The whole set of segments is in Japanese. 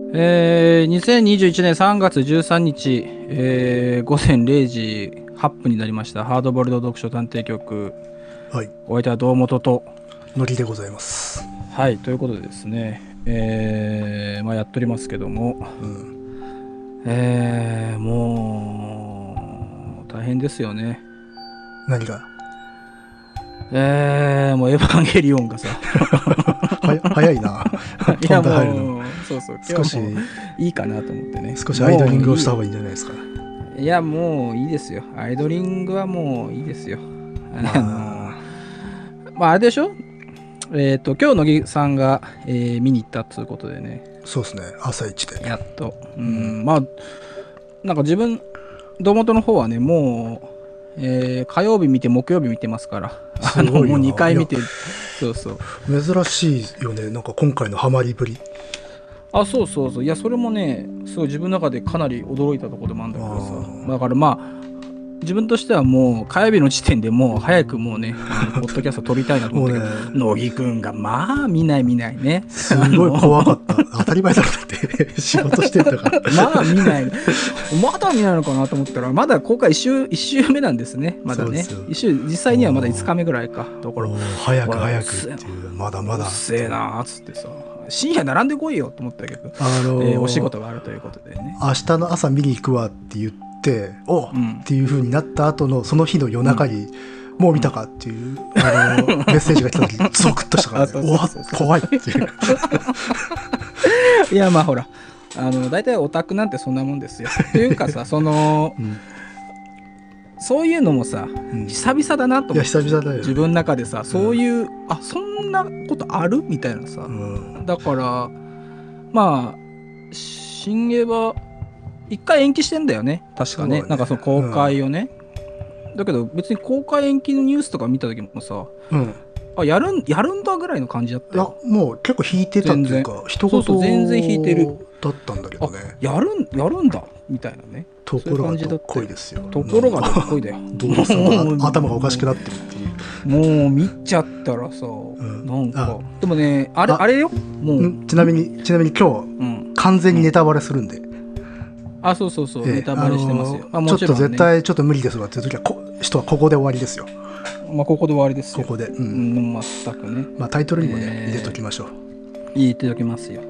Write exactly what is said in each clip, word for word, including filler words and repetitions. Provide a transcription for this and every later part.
えー、にせんにじゅういちねんさんがつじゅうさんにち、えー、ごぜんれいじはっぷんになりました。ハードボイルド読書探偵局。 はい。 お相手は堂本と。 のりでございます。 はい、ということでですね、えー、まあやっておりますけども、 うん、 えー、もう、大変ですよね。 何がえー、もうエヴァンゲリオンがさ。 は早いな。 いやもう、そうそう、 少しいいかなと思ってね。 少しアイドリングをした方がいいんじゃないですか。 いや、もういいですよ。アイドリングはもういいですよ。まあ、あのまあ、あれでしょえっ、ー、と、今日乃木さんが、えー、見に行ったということでね。 そうですね、朝一で。 やっと。うん、まあ、なんか自分、堂本の方はね、もう、えー、火曜日見て木曜日見てますから、あのもうにかい見てる。そうそう。 珍しいよね、なんか今回のハマりぶり。 あ、そうそうそう。いや、それもね、すごい自分の中でかなり驚いたところでもあるんだけどさ。だからまあ、自分としてはもう火曜日の時点でもう早くもうね、ポッドキャスト撮りたいなと思ったけど、乃木くんがまあ見ない見ないね。 すごい怖かった。当たり前だろって仕事してたから。 まあ見ない。まだ見ないのかなと思ったら、まだ公開いっ週、いっ週目なんですね。まだね。いっ週、実際にはまだいつかめぐらいか。だから、 早く早くっていう、まだまだ。うっせえなーっつってさ。深夜並んでこいよと思ったけど、 あのーえー、お仕事があるということでね。 明日の朝見に行くわって言って、お、うん、っていう風になった後のその日の夜中に、うん、もう見たかっていう、あのー、メッセージが来た時にゾクッとしたから、ね、おわ怖いっていう。 いやまあほら、あの大体オタクなんてそんなもんですよ。というかさ、その、うん、そういうのもさ、うん、久々だなと思って。いや久々だよ。 自分の中でさ、そういう、うん、あそんなことあるみたいなさ、うん、だからまあ新エヴァ一回延期してんだよね確か ね, ねなんかその公開をね、うん、だけど別に公開延期のニュースとか見た時もさ、うん、あやるんやるんだぐらいの感じだったよ。 いやもう結構引いてたっていうか一言全然引いてるだったんだけどね。 やるんやるんだみたいなね。 ところがどっこいですよ。 ところがどっこいだよ。 どうせ頭がおかしくなってるっていう。 もう見ちゃったらさ、うん、なんかでもねあれあれよもうちなみにちなみに今日、うん、完全にネタバレするんで。 あそうそうそう、えー、ネタバレしてますよ。 あのー、あちょっと絶対ちょっと無理ですわっていう時はこ人はここで終わりですよ。 まあここで終わりですよ。 ここで、うん、全くね。 まあタイトルにもね、えー、入れときましょう。 入れておきますよ。うん、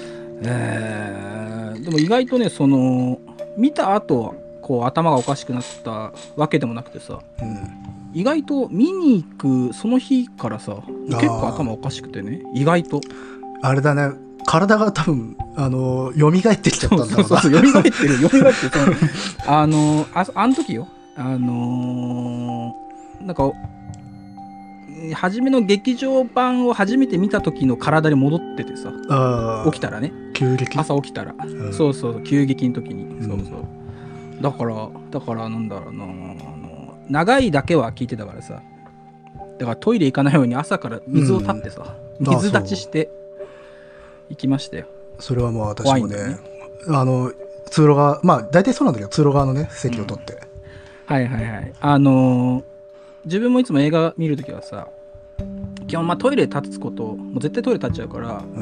えー、でも意外とねその見た後こう頭がおかしくなったわけでもなくてさ、うん、意外と見に行くその日からさ結構頭おかしくてね意外とあれだね体が多分あの蘇ってきちゃったんだろうな。 そうそうそう蘇ってる蘇ってるあのああの時よあのー、なんか初めの劇場版を初めて見た時の体に戻っててさ起きたらね急激朝起きたら、うん、そうそう急激の時に、うん、そうそうだからだからなんだろうなあの長いだけは聞いてたからさだからトイレ行かないように朝から水を立ってさ、うん、水立ちして行きましたよ。 それはもう私も ね, ねあの通路側まあ大体そうなんだけど通路側のね席を取って、うん、 はいはいはいあのー、自分もいつも映画見るときはさ基本まあトイレ立つこともう絶対トイレ立っちゃうから、うん、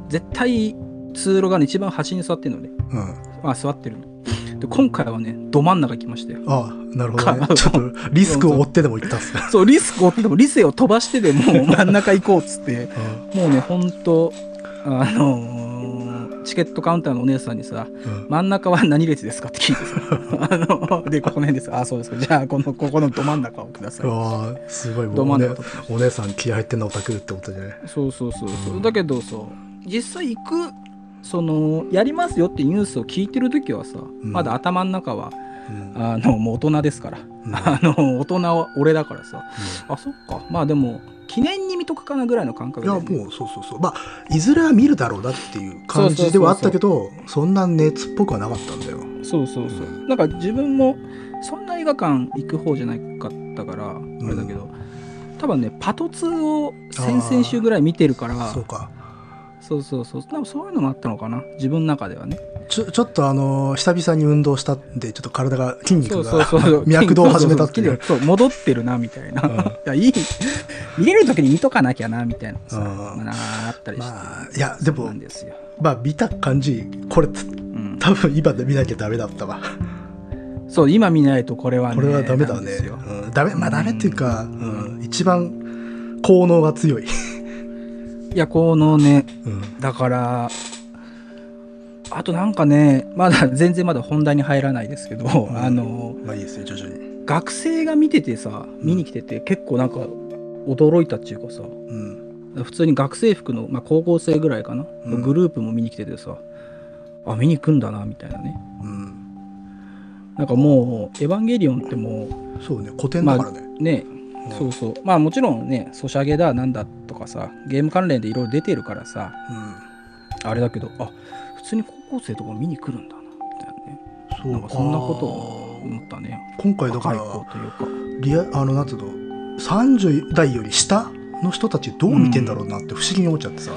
絶対通路側の一番端に座ってるのね、うん、まあ座ってるので今回はねど真ん中行きましたよ。 ああなるほど、ね、ちょっとリスクを負ってでも行ったんすか。 そうリスクを負ってでも理性を飛ばしてでも真ん中行こうっつって、うん、もうねほんとあのー、チケットカウンターのお姉さんにさ、うん、真ん中は何列ですかって聞いてさあのでここの辺です。あそうですかじゃあこのここのど真ん中をください。 あすごいど真ん中お姉さん気合入ってんのオタクってことじゃない。 そうそうそうそう、うん、だけどさ実際行くそのやりますよってニュースを聞いてるときはさ、うん、まだ頭の中は、うん、あのもう大人ですから、うん、あの大人は俺だからさ、うん、あそっかまあでも記念に見とくかなぐらいの感覚で、ね、 いやもうそうそうそうまあいずれは見るだろうなっていう感じではあったけどそんな熱っぽくはなかったんだよ。 そうそうそう、うん、なんか自分もそんな映画館行く方じゃなかったからあれだけど、うん、多分ねパトツーを先々週ぐらい見てるからそうかそうそうそう多分そういうのもあったのかな自分の中ではね。 ちょちょっとあの久々に運動したんでちょっと体が筋肉がそうそうそう脈動を始めたっていう。 そう戻ってるなみたいな、うん、いやいい見れる時に見とかなきゃなみたいなさ、うんまあ、あったりして、 まあ、いやでもなんですよ。 まあ見た感じこれ、うん、多分今で見なきゃダメだったわ。 そう今見ないとこれはねこれはダメだね。うん、ダメまあダメっていうか、うんうん、一番効能が強い。 いや効能ね、うん、だからあとなんかねまだ全然まだ本題に入らないですけど、うん、あのまあいいですね徐々に。 学生が見ててさ見に来てて、うん、結構なんか驚いたっていうかさ、うん、普通に学生服の、まあ、高校生ぐらいかな、うん、グループも見に来ててさあ見に行くんだなみたいなね、うん、なんかもうエヴァンゲリオンってもうそうね古典だからね、 まあ、ねうん、そうそうまあもちろんねソシャゲだなんだとかさゲーム関連でいろいろ出てるからさ、うん、あれだけどあ普通に高校生とか見に来るんだなみたいなね。そうなんかそんなことを思ったね今回だからリアあのなんていうのさんじゅう代より下の人たちどう見てんだろうなって不思議に思っちゃってさ、うん、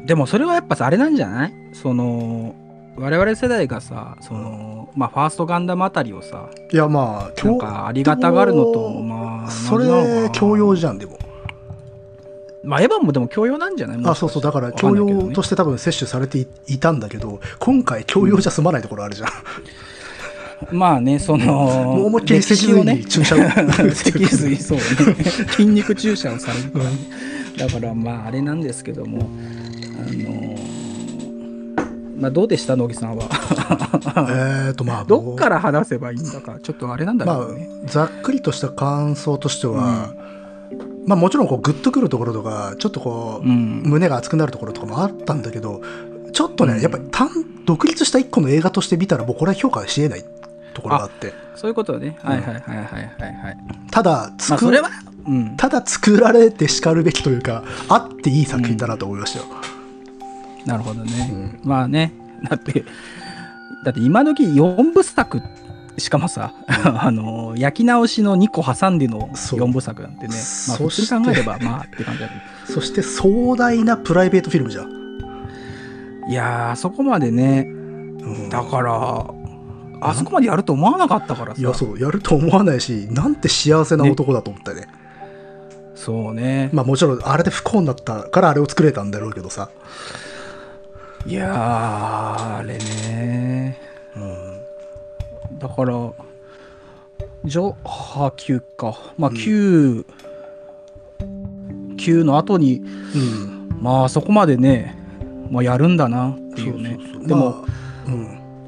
でもそれはやっぱさあれなんじゃないその我々世代がさその、うん、まあファーストガンダムあたりをさいやまあなんかありがたがるのとまあそれ教養じゃん。でもまあエヴァンもでも教養なんじゃない？ あそうそうだから教養として多分摂取されて い, いたんだけど今回教養じゃ済まないところあるじゃん、 うん、まあねそのもう思いっきり脊髄に注射を脊髄そうね筋肉注射をされるから、ね、だからまああれなんですけどもあのまあどうでした乃木さんはえーとまあどっから話せばいいんだかちょっとあれなんだけどね、 まあ、ざっくりとした感想としては、うんまあ、もちろんこうグッとくるところとかちょっとこう、うん、胸が熱くなるところとかもあったんだけどちょっとね、うん、やっぱり単独立した一個の映画として見たらもうこれは評価しえないところがあってそういうことね、うん、はいはいはいはいはいはいただ作、 まあ、それは、うん、 ただ作られてしかるべきというかあっていい作品だなと思いましたよ、 うん、なるほどね、うん、まあねだってだって今時よんぶ作しかもさ、うん、あの焼き直しのにこ挟んでのよんぶ作なんてねまあ普通に考えればまあって感じだけどそして壮大なプライベートフィルムじゃん。 いやーそこまでね、うん、だからあそこまでやると思わなかったからさ。 いやそうやると思わないしなんて幸せな男だと思ったね。 そうねまあもちろんあれで不幸になったからあれを作れたんだろうけどさいやーあれね、うん、だからジョハきゅうかまあきゅう、うん、きゅうの後に、うん、まあそこまでね、まあ、やるんだなっていうね。そうそうそうでも、まあ、うん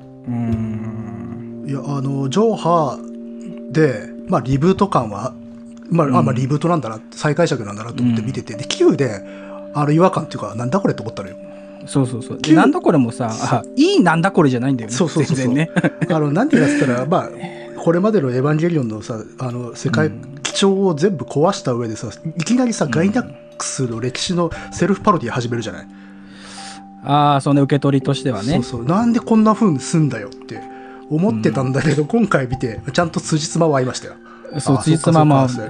うんいやあのジョハでまあリブート感はまあ、うん、あまあリブートなんだな再解釈なんだなと思って見てて、うん、できゅうであの違和感っていうかなんだこれと思ったのよ。 そうそうそうでなんだこれもさあいいなんだこれじゃないんだよね。 そうそうそうそう、ね、あのなんて言ったらまあこれまでのエヴァンゲリオンのさあの世界基調を全部壊した上でさいきなりさ、うん、ガイナックスの歴史のセルフパロディ始めるじゃない。 ああその受け取りとしてはね。 そうそうなんでこんな風にすんだよって思ってたんだけど、うん、今回見てちゃんと辻褄は合いましたよ。 そう辻褄も合う、 うん、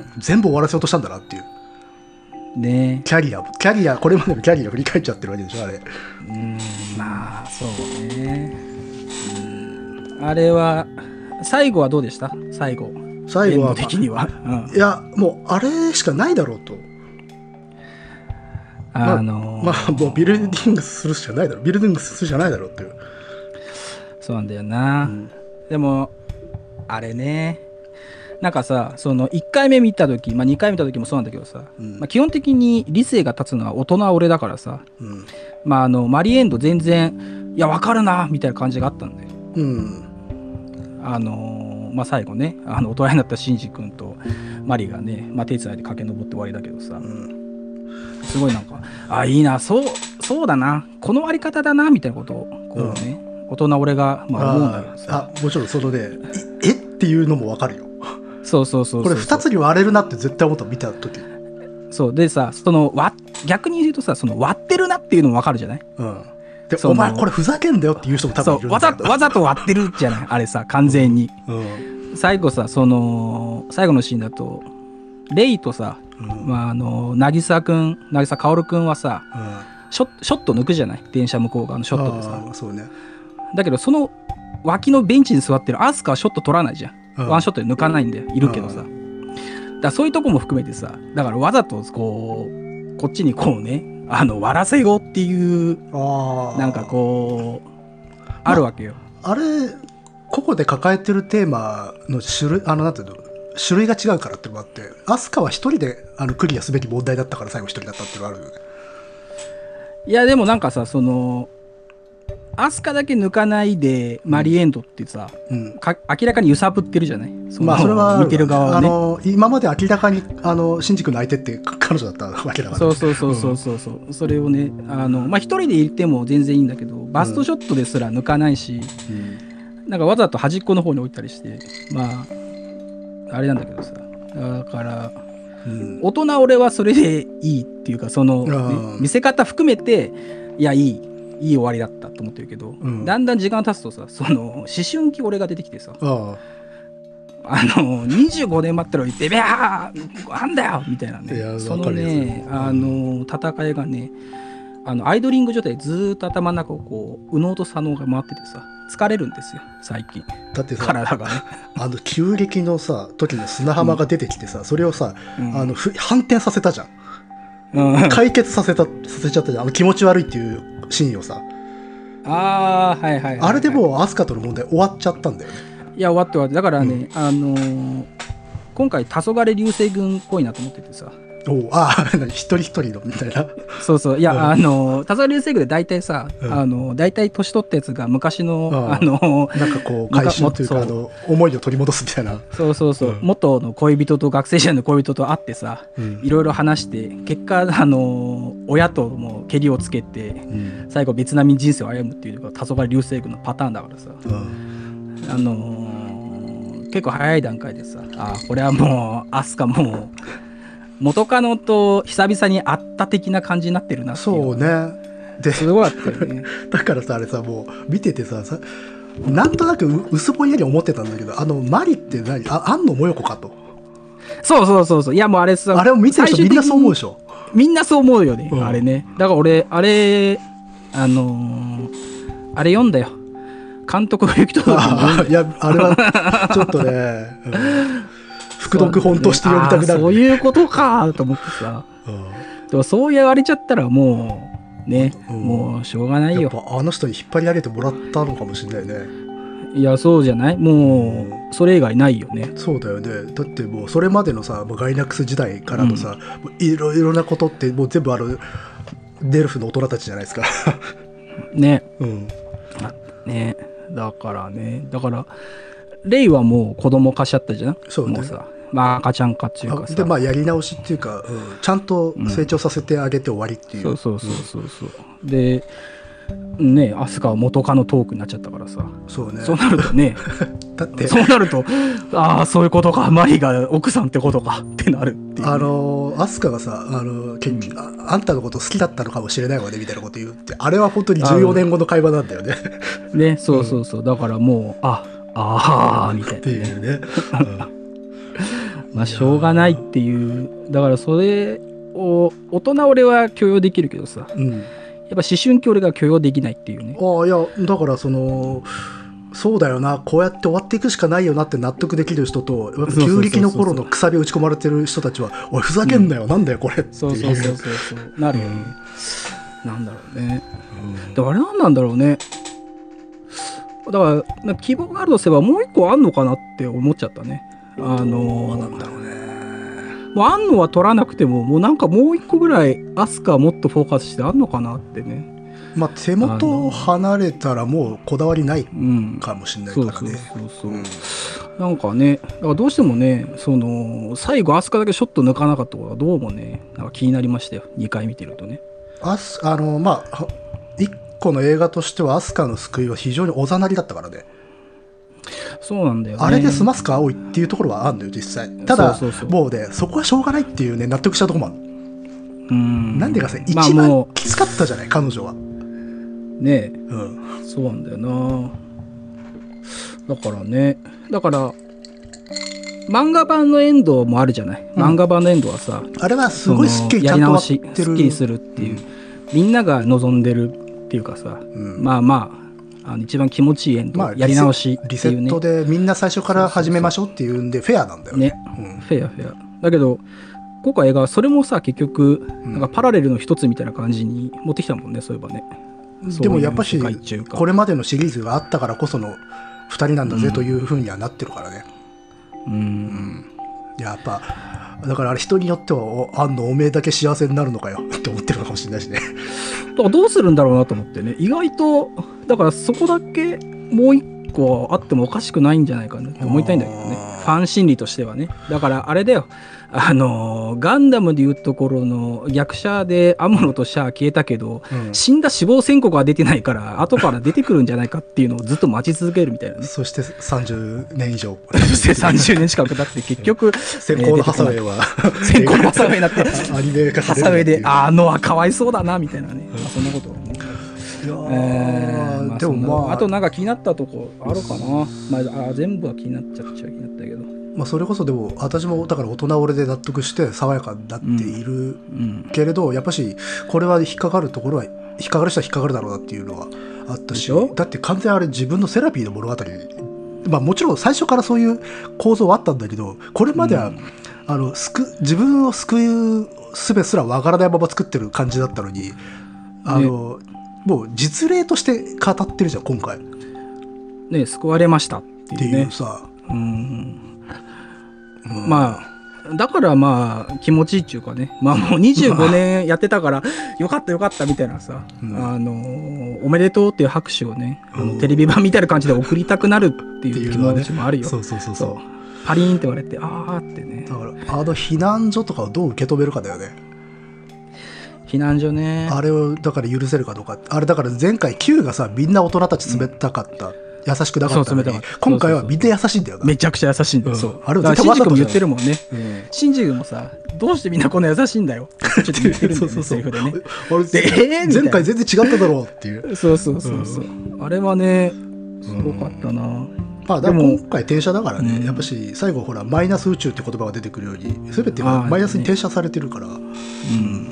全部終わらせようとしたんだなっていうね。 キャリアキャリアこれまでのキャリア振り返っちゃってるわけでしょあれ。 うんまあそうね、うん、あれは最後はどうでした最後最後は的には、 うん、いやもうあれしかないだろうとあのー、 まあ、まあもうビルディングするしかないだろうビルディングするしかないだろうっていう。 そうなんだよな、うん、でもあれねなんかさそのいっかいめ見た時、まあ、にかい見た時もそうなんだけどさ、うんまあ、基本的に理性が立つのは大人は俺だからさ、うんまあ、あのマリエンド全然いや分かるなみたいな感じがあったんだよ、うん、あのー、まあ最後ねあの大人になったシンジ君とマリがね、まあ、手伝いで駆け上って終わりだけどさ、うん、すごいなんかあいいなそうそうだなこのあり方だなみたいなことをこうね、うん、大人俺がまあ思うんだけどさあ, あもちろんそのねえっていうのも分かるよ。 そうそうそうそうこれふたつに割れるなって絶対思った見た時。 そうでさその割逆に言うとさその割ってるなっていうのも分かるじゃない、うん、 でお前これふざけんだよっていう人も多分いるんだよ。 そうわざわざと割ってるじゃないあれさ完全に、うんうん、最後さその最後のシーンだとレイとさうん、 まああの渚くん渚薫くんはさ、 うん、 ショショット抜くじゃない、電車向こう側のショットでさ。 そうね。 だけどその脇のベンチに座ってるアスカはショット取らないじゃん、うん、ワンショットで抜かないんだよ、いるけどさ、うん、だからそういうとこも含めてさ、だからわざとこうこっちにこうね、あの笑らせようっていうなんかこうあるわけよ、 まあ、あれ個々で抱えてるテーマの種類、あのなんていうの、種類が違うからってのもあって、アスカは一人であのクリアすべき問題だったから最後一人だったっていうのがある。 いやでもなんかさ、そのアスカだけ抜かないでマリエンドってさ、うん、か明らかに揺さぶってるじゃない。そまあそれは見てる側はね、 あの今まで明らかにあのシンジ君の相手って彼女だったわけだから、ね、 そうそうそうそうそうそう、うん、それをね、あのまあ一人でいても全然いいんだけど、バストショットですら抜かないし、うん、なんかわざと端っこの方に置いたりして、まああれなんだけどさ、だから、うん、大人俺はそれでいいっていうか、その、ね、見せ方含めていやいいいい終わりだったと思ってるけど、うん、だんだん時間経つとさ、その思春期俺が出てきてさ、ああのにじゅうごねん待ってろ言ってビャーなんだよみたいなね、そのね、あの戦いがね、あのアイドリング状態でずーっと頭の中をこう右脳と左脳が回っててさ、疲れるんですよ最近。 だってさ、 体がねあの急激のさ時の砂浜が出てきてさ、うん、それをさ、うん、あの反転させたじゃん、うん、解決させたさせちゃったじゃん、あの気持ち悪いっていうシーンをさ、 あー、はいはいはい、はい、 あれでもうアスカとの問題終わっちゃったんだよね。 いや終わって終わってだからね、うん、あのー、今回黄昏流星群っぽいなと思っててさ、 おああ一人一人のみたいな。 そうそう、いや、うん、あの黄昏流星群で大体さ、うん、あの大体年取ったやつが昔のあのなんかこう回収というか、あの思いを取り戻すみたいな。 そうそうそう、うん、元の恋人と学生時代の恋人と会ってさ、うん、いろいろ話して結果あの親ともけりをつけて、うん、最後別並み人生を歩むっていうのが黄昏流星群のパターンだからさ、うん、あのー、結構早い段階でさ、あこれはもうアスカもう元カノと久々に会った的な感じになってるなっていう。 そうね。 ですごかったよね。 だからさ、あれさ、もう見ててさ、さなんとなく薄ぼんやり思ってたんだけど、あのマリって何、あ安野もよこかと。 そうそうそうそう、いやもうあれさ、 あれを見てる人みんなそう思うでしょ。 みんなそう思うよね、うん、あれね。だから俺あれあのー、あれ読んだよ。監督の雪とあいやあれはちょっとね。うん副読本として読みたくなる、ね、 そういうことかと思ってさ、うん、でもそう言われちゃったらもうね、うん、もうしょうがないよ。 やっぱあの人に引っ張り上げてもらったのかもしれないね。 いやそうじゃない、もうそれ以外ないよね。 そうだよね。だってもうそれまでのさガイナックス時代からのさ、うん、いろいろなことってもう全部あるデルフの大人たちじゃないですかね、 うん、 ねだからね、だからレイはもう子供化しちゃったじゃん。そうね、もうさ、まあ赤ちゃん化っていうかさ、 でまあやり直しっていうか、うん、ちゃんと成長させてあげて終わりっていう、 うん、そうそうそうそうそう、うん、でねアスカは元カノトークになっちゃったからさ、 そうね、 そうなるとねだってそうなるとああそういうことか、マリが奥さんってことかってなるっていう、ね、 あのアスカがさあの、うん、あ, あんたのこと好きだったのかもしれないわねみたいなこと言うって、あれは本当にじゅうよねんごの会話なんだよねね、そうそうそう、だからもうあああみたいな、ね、 っていうね、 うん、まあしょうがないっていう、だからそれを大人俺は許容できるけどさ、うん、やっぱ思春期俺が許容できないっていうね。 ああいやだからそのそうだよな、こうやって終わっていくしかないよなって納得できる人と、やっぱ旧暦の頃のくさび打ち込まれてる人たちはおいふざけんなよ、うん、なんだよこれってそうそうそうそうそうなるよね、うん、なんだろうね、うん、であれなんなんだろうね、だからなんか希望があるとすればもう一個あんのかなって思っちゃったね。あのー、 なんだろうね、 もうあんのは取らなくてももうなんかもう一個ぐらいアスカもっとフォーカスしてあんのかなってね。 まあ手元を離れたらもうこだわりないかもしれないからね。 そうそうそうそう、うん、なんかねだからどうしてもねその最後アスカだけショット抜かなかったことがどうもねなんか気になりましたよ、にかい見てるとね。 アスあのまあ一個の映画としてはアスカの救いは非常におざなりだったからね。 そうなんだよね。 あれで済ますか青いっていうところはあるんだよ実際。ただそうそうそうもうねそこはしょうがないっていうね納得したところもある。うん、なんでかさ一番きつかったじゃない、彼女はねえ、うん、そうなんだよな。だからねだから漫画版のエンドもあるじゃない、うん、漫画版のエンドはさ、 あれはすごいすっきりやり直しすっきりするっていう、うん、みんなが望んでるっていうかさ、うん、まあまあ、あの一番気持ちいいエンド、まあ、やり直しっていうね、 リセットでみんな最初から始めましょうっていうんでフェアなんだよね、 ね、うん、フェアフェアだけど今回映画はそれもさ結局なんかパラレルの一つみたいな感じに持ってきたもんね、そういえばね。 でもやっぱしこれまでのシリーズがあったからこそのふたりなんだぜというふうにはなってるからね。うん、うん、やっぱだからあれ人によってはあんのおめえだけ幸せになるのかよって思ってるのかもしれないしね。 だからどうするんだろうなと思ってね、意外とだからそこだけもう一個あってもおかしくないんじゃないかなって思いたいんだけどね、ファン心理としてはね。だからあれだよ、あのガンダムでいうところの逆者でアムロとシャア消えたけど、うん、死んだ死亡宣告が出てないから後から出てくるんじゃないかっていうのをずっと待ち続けるみたいなね。 そしてさんじゅうねん以上そしてさんじゅうねん近く経って結局先行のハサウェイは先行のハサウェイになってアニメ化されるハサウェイであのはかわいそうだなみたいなね、まあ、そんなことを思う。いやえーまあ、でもまああとなんか気になったとこあるかな、まあ、あ全部は気になっちゃっちゃ気になったけど、 まあ、それこそでも私もだから大人俺で納得して爽やかになっているけれど、うんうん、やっぱしこれは引っかかるところは引っかかる人は引っかかるだろうなっていうのはあったし、だって完全あれ自分のセラピーの物語、まあ、もちろん最初からそういう構造はあったんだけど、これまでは、うん、あの救自分を救う術すらわからないまま作ってる感じだったのに、あの、ね、もう実例として語ってるじゃん今回ね、救われましたっていうね、 っていうさ、うん、 うん、まあだからまあ気持ちいいっていうかね、まあもうにじゅうごねんやってたからよかったよかったみたいなさ、うん、あのおめでとうっていう拍手をね、うん、あのテレビ版みたいな感じで送りたくなるっていう気持ちもあるよ。 そうそうそうそう、 パリーンって言われてあーってね、 だからあの避難所とかをどう受け止めるかだよね。 避難所ね、 あれをだから許せるかどうか。あれだから前回 Q がさみんな大人たち冷たかった、うん、優しくなかったのに今回はみんな優しいんだよな。 めちゃくちゃ優しいんだよ、うん、そうあれはシンジ君も言ってるもんね、うん、シンジ君もさどうしてみんなこんな優しいんだよって言ってるんだよねセリフでね。 で前回全然違っただろうっていうそうそうそうそう、うん、あれはねすごかったな、うんまあ、だから今回転写だからね、うん、やっぱし最後ほらマイナス宇宙って言葉が出てくるように全てがマイナスに転写されてるから、うん、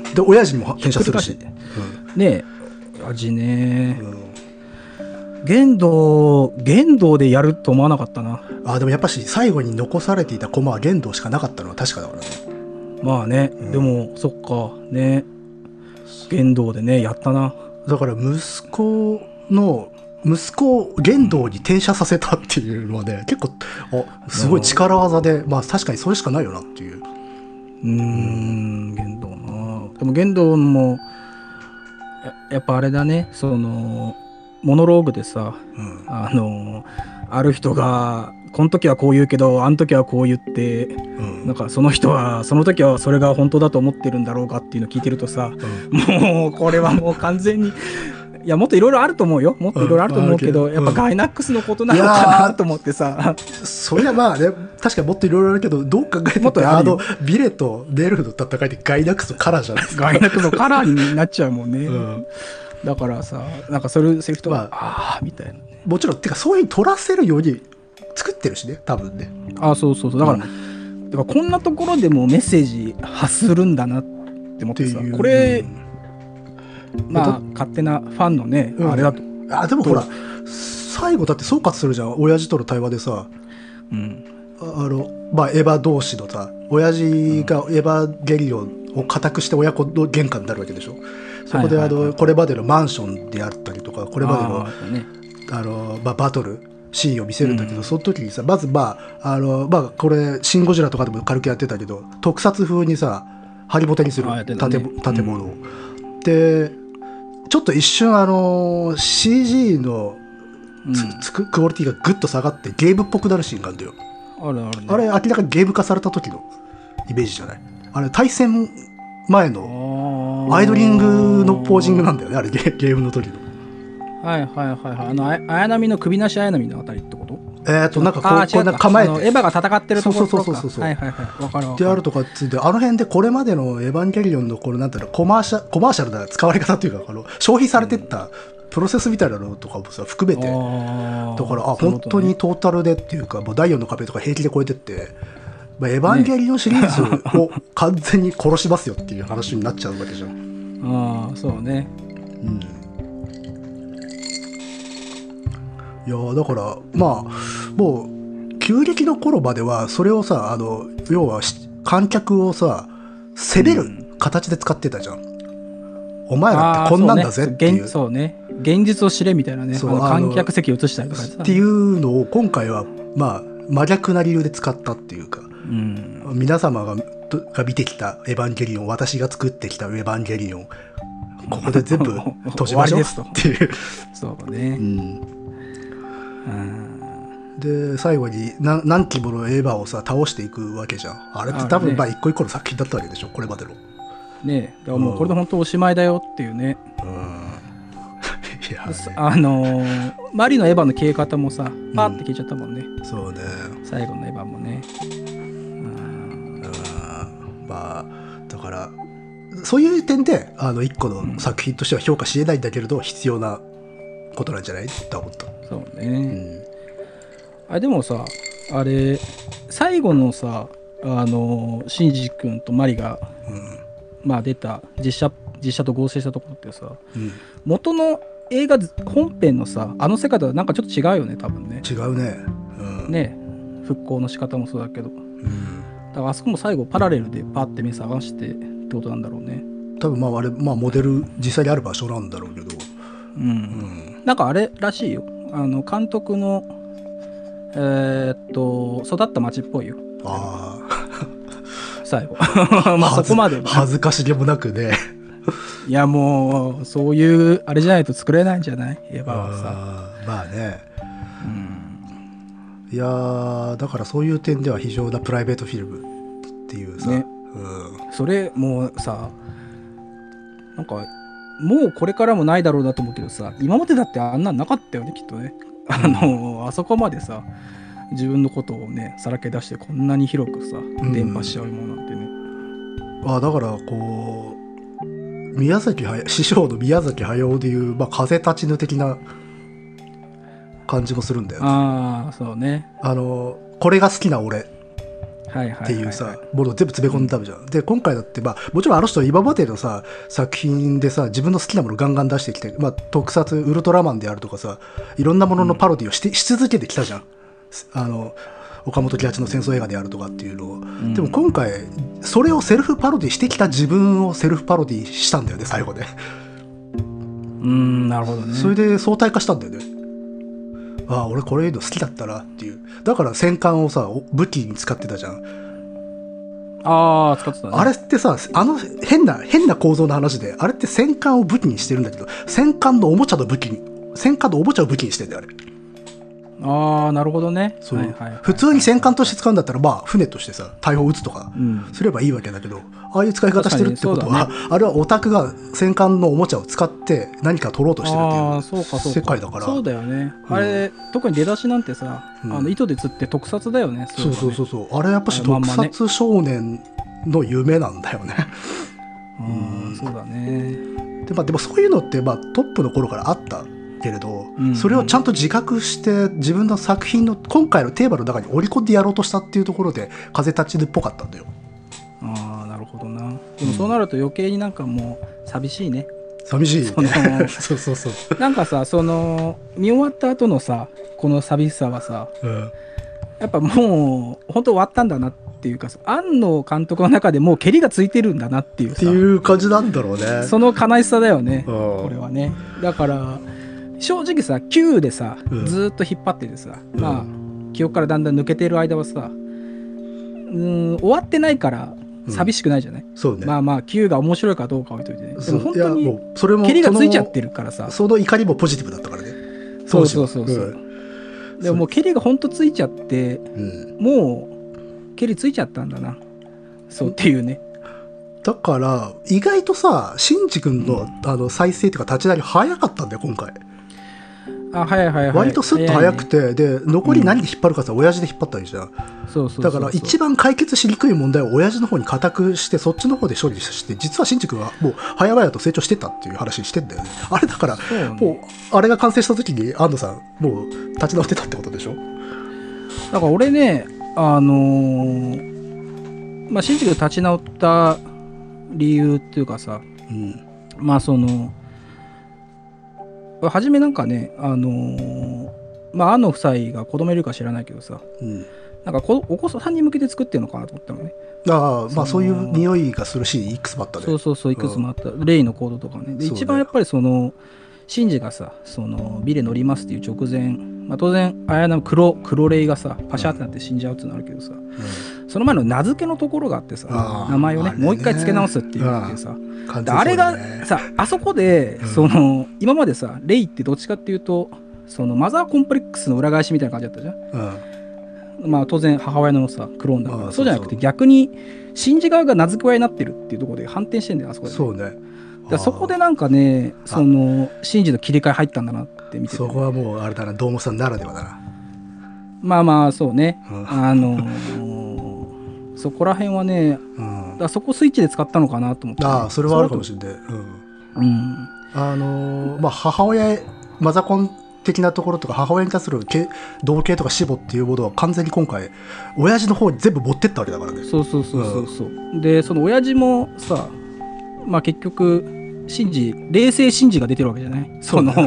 で親父にも転写するし、 うん、ねえ味ね、うん、玄道玄道でやると思わなかったな。 あでもやっぱし最後に残されていたコマは玄道しかなかったのは確かだからね。 まあね、うん、でもそっかね玄道でねやったな。 だから息子の息子を玄道に転写させたっていうのはね結構あすごい力技で、まあ確かにそれしかないよなっていう。うーん玄道な。でも玄道も や, やっぱあれだね、そのモノローグでさ、うん、あのある人がこの時はこう言うけどあの時はこう言って、うん、なんかその人はその時はそれが本当だと思ってるんだろうかっていうのを聞いてるとさ、うん、もうこれはもう完全にいやもっといろいろあると思うよ、もっといろいろあると思うけど、うん、やっぱガイナックスのことなのかなと思ってさ、 それはまあね確かにもっといろいろあるけどどう考えてもあのビレとネルフの戦いってガイナックスのカラーじゃないですか。 ガイナックスのカラーになっちゃうもんね、うん、だからさなんかそういうセリフとか、まあ、ああみたいな、ね、 もちろんてかそういうに取らせるように作ってるしね多分ね。 あそうそうそうだから、うん、だからこんなところでもメッセージ発するんだなって思ってさこれ、うんまあ勝手なファンのね、うん、あれだと。 あでもほら最後だって総括するじゃん親父との対話でさ、うん、あのまあエヴァ同士のさ親父がエヴァゲリオンを固くして親子の玄関になるわけでしょ。そこであのこれまでのマンションであったりとかこれまでの あ、ね、あの、まあ、バトルシーンを見せるんだけど、うん、その時にさまずまああのまあこれシン・ゴジラとかでも軽くやってたけど特撮風にさハリボテにする建、ね、建物を、うん、でちょっと一瞬あの シージー のつつくクオリティがグッと下がってゲームっぽくなるシーンがあるんだよ。 あれあれ、ね、 あれ明らかにゲーム化された時のイメージじゃない。あれ対戦前のアイドリングのポージングなんだよねあれ ゲ, ゲームの時の。 はいはいはいはいあの綾波の首なし綾波のあたりってこと？ えーとなんかこうこうなんか構えてエヴァが戦ってるところとかそうそうそうそうはいはいはいわかるわかるであるとかついてあの辺でこれまでのエヴァンゲリオンのこれなんていうのコマーシャコマーシャルな使われ方っていうかあの消費されてったプロセスみたいなのとかもさ含めて、うん、だからあ本当にトータルでっていうかもうだいよんの壁とか平気で超えてってまあ、エヴァンゲリオンシリーズを完全に殺しますよっていう話になっちゃうわけじゃん。 ああ、そうね。 うん。いやだからまあもう旧暦の頃まではそれをさ、あの要は観客をさ責める形で使ってたじゃん。うん、お前らってこんなんだぜっていう。 そうね。現実を知れみたいなね。あの観客席を映したりとかっていうのを今回はまあ真逆な理由で使ったっていうか、うん、皆様がが見てきたエヴァンゲリオン、私が作ってきたエヴァンゲリオン、ここで全部閉じましょうっていう。 そうね。うん、 で最後に何何機ものエヴァをさ倒していくわけじゃん。あれって多分まあ一個一個の作品だったわけでしょ、これまでの。 ねえ、だからもうこれで本当おしまいだよっていうね。うん、いやね、あのー、マリのエヴァの消え方もさパーって消えちゃったもんね。 うん、そうね。 最後のエヴァもね。 うん、まあだからそういう点であの一個の作品としては評価しえないんだけれど、うん、必要なことなんじゃないって思った。 そうね。うんあでもさあれ最後のさあのシンジ君とマリが、うん、まあ出た実写実写と合成したところってさ、うん、元の映画本編のさあの世界とはなんかちょっと違うよね多分ね。 違うね。 うん、ね復興の仕方もそうだけど、うん、だからあそこも最後パラレルでパッて目覚ましてってことなんだろうね。 多分まああれまあモデル実際にある場所なんだろうけど、 うん、うん、なんかあれらしいよ。あの監督のえー、っと育った町っぽいよ。ああ最後まあそこまで恥ずかしげもなくねいやもうそういうあれじゃないと作れないんじゃないエヴァはさ。 あまあね、うん、いやだからそういう点では非常なプライベートフィルムっていうさ、ねうん、それもうさなんかもうこれからもないだろうなと思うけどさ今までだってあんなんなかったよねきっとね。あのあそこまでさ自分のことをねさらけ出してこんなに広くさ伝播しちゃうものなんてね、 うん、あだからこう宮崎駿師匠の宮崎駿でいう、まあ、風立ちぬ的な感じもするんだよね。 ああそうね。 あのこれが好きな俺っていうさものを全部詰め込んだじゃん、うん、で今回だってまあもちろんあの人は今までのさ作品でさ自分の好きなものをガンガン出してきて、まあ、特撮ウルトラマンであるとかさいろんなもののパロディをして、うん、し続けてきたじゃん。あの岡本喜八の戦争映画であるとかっていうのを、うん、でも今回それをセルフパロディしてきた自分をセルフパロディしたんだよね最後で。 うんなるほどね。 それで相対化したんだよね。ああ俺これいうの好きだったなっていう。だから戦艦をさ武器に使ってたじゃん。 ああ使ってたね。 あれってさあの変な変な構造の話であれって戦艦を武器にしてるんだけど戦艦のおもちゃの武器に戦艦のおもちゃを武器にしてんだよあれ。 ああなるほどね。 そう、はいはいはいはい、普通に戦艦として使うんだったらまあ船としてさ大砲撃つとかすればいいわけだけど、うん、ああいう使い方してるってことは、ね、あれはオタクが戦艦のおもちゃを使って何か取ろうとしてるっていう世界だから。 そうだよね、うん、あれ特に出だしなんてさ、うん、あの糸で釣って特撮だよね。 そうそうそうそうあれやっぱし特撮少年の夢なんだよね。 うんそうだね。 で、まあ、でもそういうのってまあトップの頃からあったけれど、うんうん、それをちゃんと自覚して自分の作品の今回のテーマの中に織り込んでやろうとしたっていうところで風立ちぬっぽかったんだよ。 ああなるほどな。でもそうなると余計になんかもう寂しいね。 寂しい、ね、 そのそうそうそうなんかさその見終わった後のさこの寂しさはさ、うん、やっぱもう本当終わったんだなっていうかさ庵野監督の中でもうケリがついてるんだなっていうさっていう感じなんだろうね。 その悲しさだよね、うん、これはね。だから正直さきゅうでさ、うん、ずっと引っ張っててさ、うん、まあ記憶からだんだん抜けてる間はさうん終わってないから寂しくないじゃない、うんそうね、まあまあきゅうが面白いかどうか置いといてね。でも本当にケリがついちゃってるからさその怒りもポジティブだったからね。 そうそうそうそう、うん、でももうケリが本当ついちゃって、うん、もうケリついちゃったんだなそうっていうね。 だから意外とさシンジ君の、うん、あの再生というか立ち直り早かったんだよ今回。 あはいはいはい、 割とスッと早くて、ね、で残り何で引っ張るかさ、うん、親父で引っ張ったわけじゃん。 そうそうそうそう。 だから一番解決しにくい問題を親父の方に固くしてそっちの方で処理して実はシンジ君はもう早々と成長してたっていう話してんだよね。あれだから、ね、もうあれが完成した時に安藤さんもう立ち直ってたってことでしょ。 だから俺ねあのー、 まあ新宿立ち直った理由っていうかさ、うん、まあその初めなんかね、あのー、まあ安野夫妻が子供いるか知らないけどさ、うん、なんかお子さんに向けて作ってるのかなと思ったのね。 ああ、まあそういう匂いがするシーンいくつもあったね。 そうそうそう、いくつもあった、うん、レイの行動とかね。で一番やっぱりそのシンジがさ、そのビレ乗りますっていう直前、まあ、当然綾菜の黒黒レイがさパシャってなって死んじゃうってのあるけどさ、うん、その前の名付けのところがあってさ、名前を ね, ねもう一回付け直すっていうのでさ、あ, ね、あれがさあそこで、うん、その今までさレイってどっちかっていうとそのマザーコンプレックスの裏返しみたいな感じだったじゃん、うん、まあ当然母親のさクローンだから、そうじゃなくて逆にシンジ側が名付け親になってるっていうところで反転してんだよあそこで、ね、 そうね。 だそこでなんかね、そのシンジの切り替え入ったんだなって見てて、 ね、そこはもうあれだな、堂本さんならではだな。 まあまあそうね、うん、あのー、そこら辺はね、うん、だそこスイッチで使ったのかなと思って、ね、 ああそれはあるかもしれない。うん、うん、あのー、まあ母親マザコン的なところとか母親に対する同型とか死母っていうものは完全に今回親父の方に全部持ってったわけだからね。 そうそうそうそうそう、うん、でその親父もさ、まあ結局シンジ冷静シンジが出てるわけじゃない。その、うん、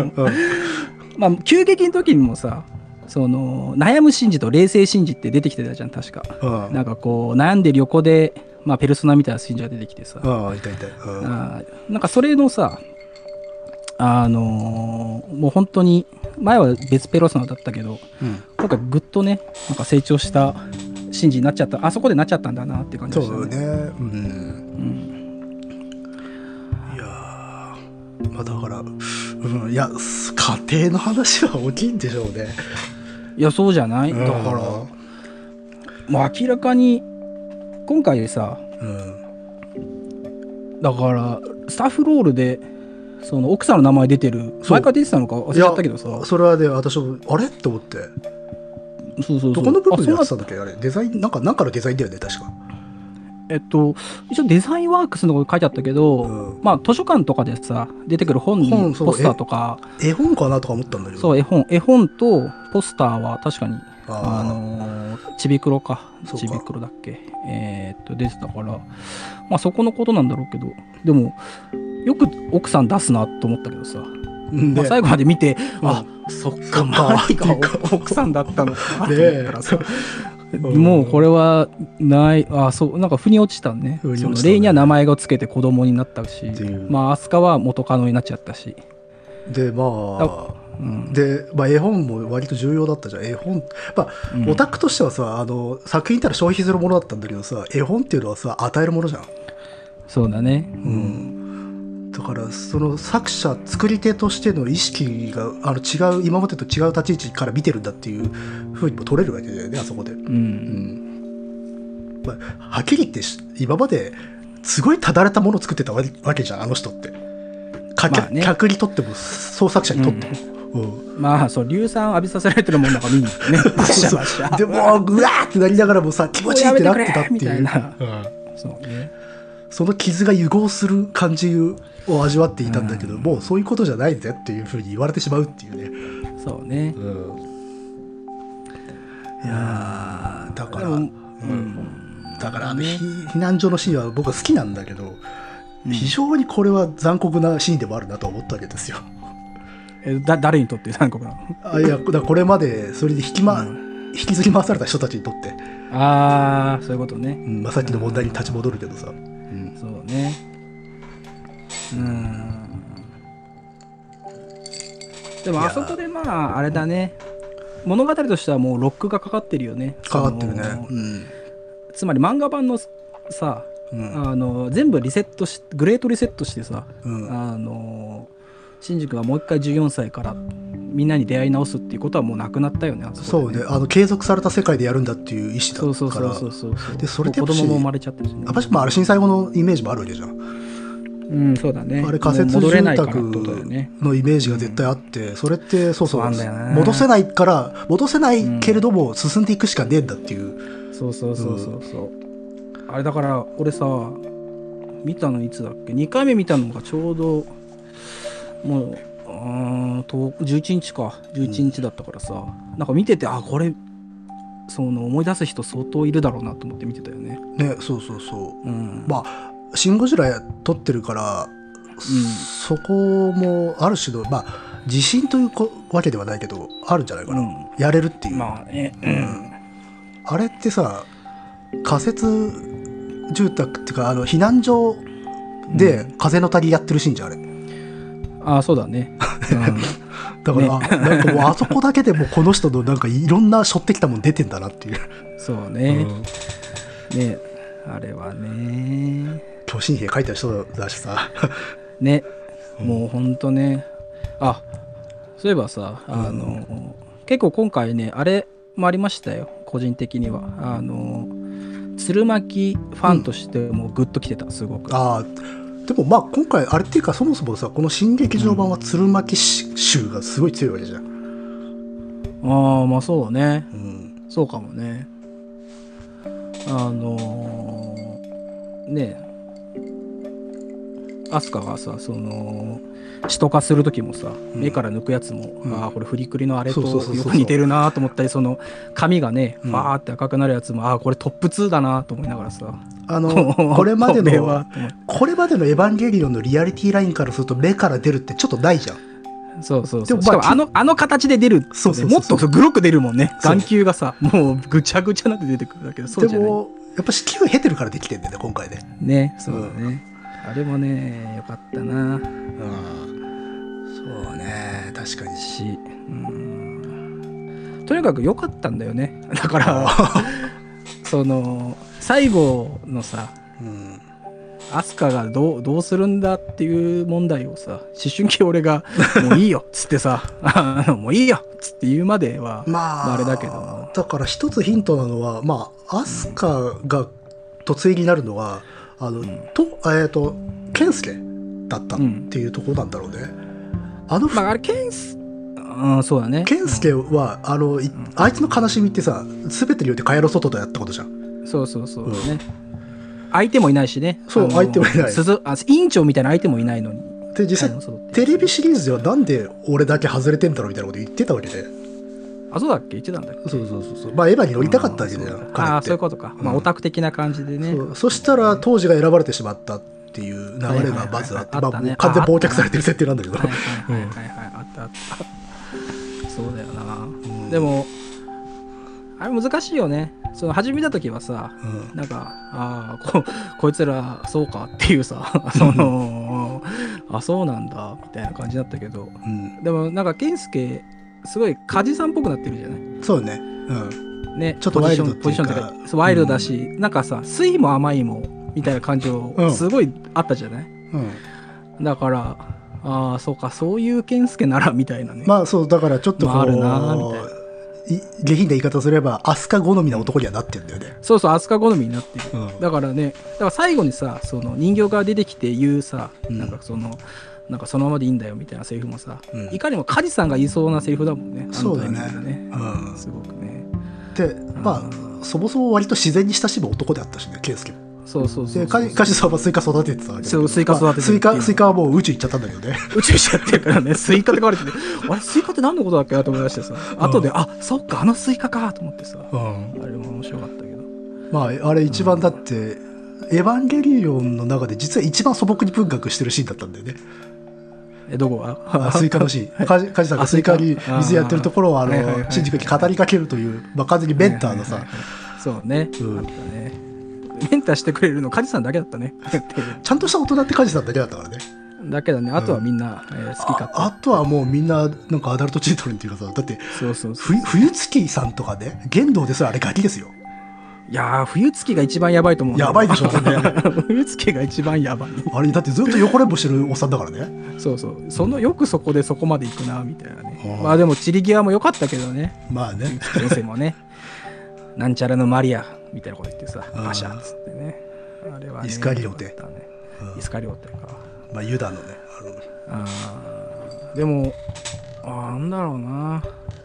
まあ急激の時にもさ、その悩むシンジと冷静シンジって出てきてたじゃん確か、うん、なんかこう悩んでる横で、まあ、ペルソナみたいなシンジが出てきてさ、 ああいたいた、うん、 あなんかそれのさ、あのー、もう本当に前は別ペルソナだったけど、うん、今回ぐっとねなんか成長したシンジになっちゃった、あそこでなっちゃったんだなって感じでしたね。 そうね、うんうんまあ、だから、うん、いや家庭の話は大きいんでしょうね。 いやそうじゃない、うん、だからもう明らかに今回さ、うん、だからスタッフロールでその奥さんの名前出てる、前から出てたのか忘れちゃったけどさ、 それはね私もあれって思って、 そうそうそう、 どこの部分でやってたんだっけ、あれデザインなんかなんかのデザインだよね確か。 えっと、一応デザインワークスのこと書いてあったけど、うん、まあ図書館とかでさ出てくる本にポスターとか絵本かなとか思ったんだけど、 そう絵本絵本とポスターは確かにあ、あのー、ちびくろかちびくろだっけえー、っと出てたから、まあそこのことなんだろうけど、でもよく奥さん出すなと思ったけどさ、ねまあ、最後まで見て、うん、あそっか周りが奥さんだったのかなと思ったらさ、ねもうこれはないあそうなんか腑に落ちたね。そのレイには名前をつけて子供になったし、まあアスカは元カノになっちゃったしでまあ、うん、で、まあ、絵本も割と重要だったじゃん。絵本、まあうん、オタクとしてはさあの作品ってのは消費するものだったんだけどさ、絵本っていうのはさ与えるものじゃん。 そうだね、 うん、だからその作者作り手としての意識があの違う今までと違う立ち位置から見てるんだっていう風にも取れるわけだよねあそこで、うんうんまあ、はっきり言って今まですごいただれたものを作ってたわけじゃんあの人って、まあね、客にとっても創作者にとっても、うんうん、まあそう硫酸浴びさせられてるもんなんか見に行ってねバシャバシャでもうぐわーってなりながらもさ気持ちいいってなってたっていう、うん、 そうね、 その傷が融合する感じを味わっていたんだけど、うん、もうそういうことじゃないぜっていうふうに言われてしまうっていうね。そうね、うん、 いやだから、うん、だからあの避難所のシーンは僕は好きなんだけど、うん、非常にこれは残酷なシーンでもあるなと思ったわけですよ。 えだ誰にとって残酷なの？ あいやだこれまでそれで引き,、まうん、引きずり回された人たちにとって、 ああそういうことね、 うんまあ、さっきの問題に立ち戻るけどさ、うん、 そうね、うんでもあそこでまああれだね、物語としてはもうロックがかかってるよね。 かかってるね、うん、 つまり漫画版のさ、うん、あの全部リセットしグレートリセットしてさ、うん、あのシンジ君はもう一回じゅうよんさいからみんなに出会い直すっていうことはもうなくなったよね。あそこでね、 そうね、あの継続された世界でやるんだっていう意思だから、 そうそうそうそうそう、 でそれで子供も生まれちゃってるしね。 やっぱりあれ震災後のイメージもあるわけじゃん。 うん、そうだね。 あれ仮設住宅のイメージが絶対あって、うん、それってそうそう戻せないから戻せないけれども進んでいくしかねえんだっていう、 うん、そうそうそうそうそう、うん、あれだから俺さ見たのいつだっけ、にかいめ見たのがちょうどもうあとじゅういちにちかじゅういちにちだったからさ、うん、なんか見ててあこれその思い出す人相当いるだろうなと思って見てたよね。 ね、そうそうそう、 うん、 まあシン・ゴジラ撮ってるから、うん、そこもある種のまあ自信というわけではないけどあるんじゃないかな、うん、やれるっていう、 まあね、うん、 あれってさ仮設住宅っていうかあの避難所で風の谷やってるシーンじゃんあれ、うん、 ああそうだね、うん、 だから、ね、なんかもうあそこだけでもこの人のなんかいろんな背負ってきたもん出てんだなっていうそうね、うん、ねあれはね巨神兵書いた人だしさね、うん、もうほんとね。あそういえばさあの、うん、結構今回ねあれもありましたよ個人的には。あの鶴巻ファンとしてもグッときてた、すごく。 あでもまあ今回あれっていうかそもそもさこの新劇場版は鶴巻集がすごい強いわけじゃん、うん、 ああまあそうね、うん、そうかもね。あのー、ねアスカがさその使徒化する時もさ、うん、目から抜くやつも、うん、ああこれフリクリのあれとよく似てるなと思ったり、その髪がねファーって赤くなるやつも、うん、ああこれトップツーだなと思いながらさ、 あのこれまでのこれまでのエヴァンゲリオンのリアリティラインからすると目から出るってちょっとないじゃん。 そうそうそう。しかもあのあの形で出るって、ね、そうそうそうそうもっとグロく出るもんね。眼球がさもうぐちゃぐちゃなって出てくるんだけど、そうじゃない。でもやっぱ子宮経てるからできてんだよね今回で。ねそうだね、うん、あれもねよかったな。うんそうね確かにし、うん、とにかく良かったんだよね。だからその最後のさ、うん、アスカがどう、どうするんだっていう問題をさ思春期俺がもういいよっつってさもういいよっつって言うまでは、まあ、あれだけどだから一つヒントなのはまあアスカが突撃になるのは、うん、あのとえっ、ー、とケンスケだったっていうところなんだろうね、うん、あのまああれケンスうんそうだねケンスケは、うん、あの、うん、あいつの悲しみってさ全てによって蚊帳の外とやったことじゃん。 そうそうそう、うん、ね相手もいないしね。 そう相手もいない鈴あ委員長みたいな相手もいないのに。 で実際テレビシリーズではなんで俺だけ外れてんだろうみたいなこと言ってたわけで。 あそうだっけ言ってたんだっけ。 そうそうそうそうまあエヴァに乗りたかったわけだよ。 ああそういうことか、うん、まあオタク的な感じでね。 そ, そしたら当時が選ばれてしまったっていう流れがまずあって、まあもう完全忘却されてる設定なんだけど。はいはいはいはい、 あったあったそうだよな、うん、でもあれ難しいよね。その始めた時はさ、うん、なんかああ こ, こいつらそうかっていうさそのあそうなんだみたいな感じだったけど、うん、でもなんか健介すごい梶さんっぽくなってるじゃない。 そうね、うん、 ねちょっとワイルドっていうかポジションというかワイルドだし、うん、なんかさ酸いも甘いもみたいな感情すごいあったじゃない、うん、だからああそうかそういう健介ならみたいなね。 まあそうだからちょっとこう、まあ、あるなみたいな下品な言い方すれば飛鳥好みな男にはなってるんだよね。 そうそう飛鳥好みになってる、うん、だからねだから最後にさその人形が出てきて言うさ、うん、なんかそのなんかそのままでいいんだよみたいなセリフもさ、うん、いかにも梶さんが言いそうなセリフだもんね。 そうだね、 うん、すごくね。 でまあそもそも割と自然に親しむ男であったしね圭介も。 そうそうそうそうで梶さんはスイカ育ててたわけだけど、 そうスイカ育てて、まあ、 スイカスイカはもう宇宙行っちゃったんだけどね。 宇宙行っちゃってるからねスイカって書かれててあれスイカって何のことだっけなと思い出してさ、うん、後であそっかあのスイカかと思ってさ、うん、あれも面白かったけどまああれ一番だって、うん、エヴァンゲリオンの中で実は一番素朴に文学してるシーンだったんだよね。 えどこがスイカのシーン梶さんがスイカに水やってるところをあの新宿に語りかけるという、まあ、完全にメンターのさ、はいはいはいはい、 そうね、うん、あったね。メンターしてくれるの梶さんだけだったねちゃんとした大人って梶さんだけだったからね。 だけどねあとはみんな、うんえー、好き勝手あ, あとはもうみんななんかアダルトチルドレンっていうかさだってそうそうそう冬月さんとかね玄道ですらあれガキですよ。 いやー冬月が一番やばいと思う。 やばいでしょうね冬月が一番やばいあれだってずっと横連歩してるおっさんだからねそうそうそのよくそこでそこまで行くなみたいなね。まあでも散り際も良かったけどね。 まあね先生もねなんちゃらのマリアみたいなこと言ってさパシャンっつってねあれはねイスカリオテ、 ねうん、イスカリオテかまあユダのねああでもあなんだろうな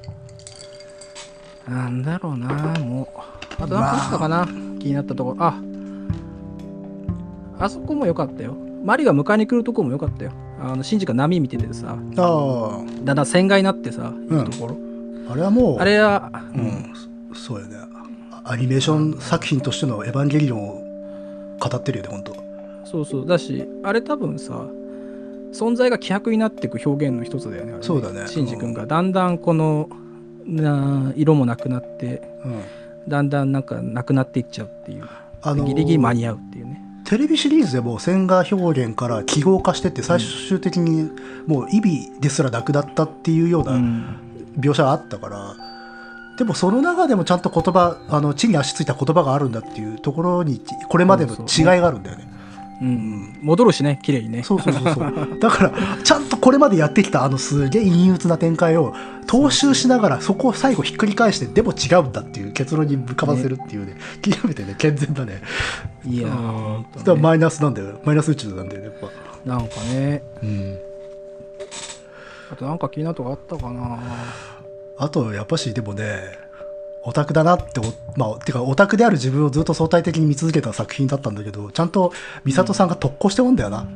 なんだろうなもうあと何かあったかな、まあ、気になったところああそこも良かったよ。マリが迎えに来るとこも良かったよ。あのシンジが波見ててさあだんだん船外になってさ行くところ、 うん、あれはもうあれは、 うん、 そうよね。アニメーション作品としてのエヴァンゲリオンを語ってるよね、本当。 そうそうだし、あれ多分さ、存在が希薄になっていく表現の一つだよね。あれね、 そうだね。 シンジ君がだんだんこのな色もなくなって、うん、だんだんなんかなくなっていっちゃうっていう、あのー、ギリギリ間に合うっていうね。 テレビシリーズでも線画表現から記号化してって最終的にもう意味ですらなくなったっていうような描写があったから、うん、でもその中でもちゃんと言葉、あの地に足ついた言葉があるんだっていうところにこれまでの違いがあるんだよね。 うん、戻るしね、綺麗にね。 そうそうそうそうだからちゃんとこれまでやってきたあのすげえ陰鬱な展開を踏襲しながらそこを最後ひっくり返してでも違うんだっていう結論に向かわせるっていうね、極めてね健全だね。 いやー、だからマイナスなんだよ、マイナス宇宙なんだよねやっぱ。 なんかね、 うん、 あとなんか気になるとこあったかな。 あとやっぱしでもね、オタクだなって、まあ、てかオタクである自分をずっと相対的に見続けた作品だったんだけど、ちゃんと美里さんが特攻してもんだよな、うん、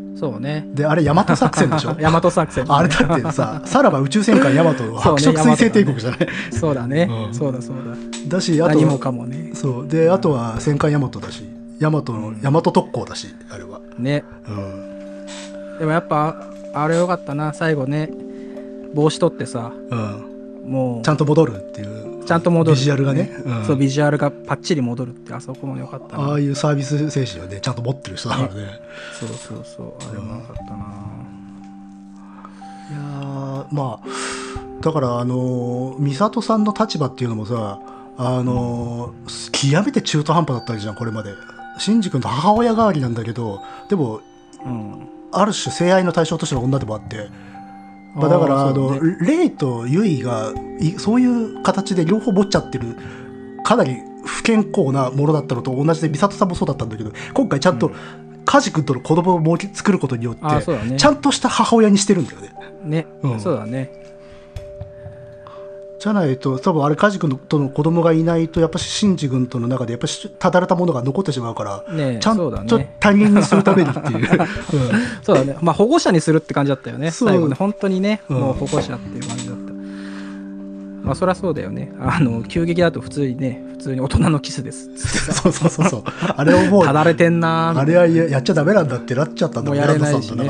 そうね。 であれ大和作戦でしょ大和作戦、ね、 あれだってさ、さらば宇宙戦艦大和は白色彗星帝国じゃない。 そうだね、うん、そうだそうだ。 だしあと何もかもね。 そうで、あとは戦艦大和だし、大和の大和特攻だし、あれはね、うん、でもやっぱあれよかったな、最後ね帽子取ってさ、うん、もうちゃんと戻るっていうちゃんと戻る、 ビジュアルがね、 うん、そうビジュアルがパッチリ戻るって、あそこも良かったな。 ああいうサービス精神をねちゃんと持ってる人だからね。 そうそうそう、あれも良かったな、 うん、いやまあだからあの美里さんの立場っていうのもさ、あの、うん、極めて中途半端だったじゃんこれまで。シンジ君と母親代わりなんだけど、でも、うん、ある種性愛の対象としての女でもあって、まあ、だからあの、ね、レイとユイがそういう形で両方持っちゃってるかなり不健康なものだったのと同じで、美里さんもそうだったんだけど、今回ちゃんとカジ君との子供を作ることによって、ね、ちゃんとした母親にしてるんだよね。 ね、うん、そうだね。 じゃないと多分あれカジ君との子供がいないとやっぱりシンジ君との中でやっぱりただれたものが残ってしまうから、ね、ちゃんと他人にするためにっていう、うん、 そうだね。まあ保護者にするって感じだったよね最後ね。本当にね、うん、もう保護者っていう感じだった。まあそりゃそうだよね。あの急激だと普通にね、普通に大人のキスですっつってさそうそうそうそうあれをもうただれてんなー、 あれは や, やっちゃダメなんだってなっちゃったんだもん、 もうやれないしね、うん、だ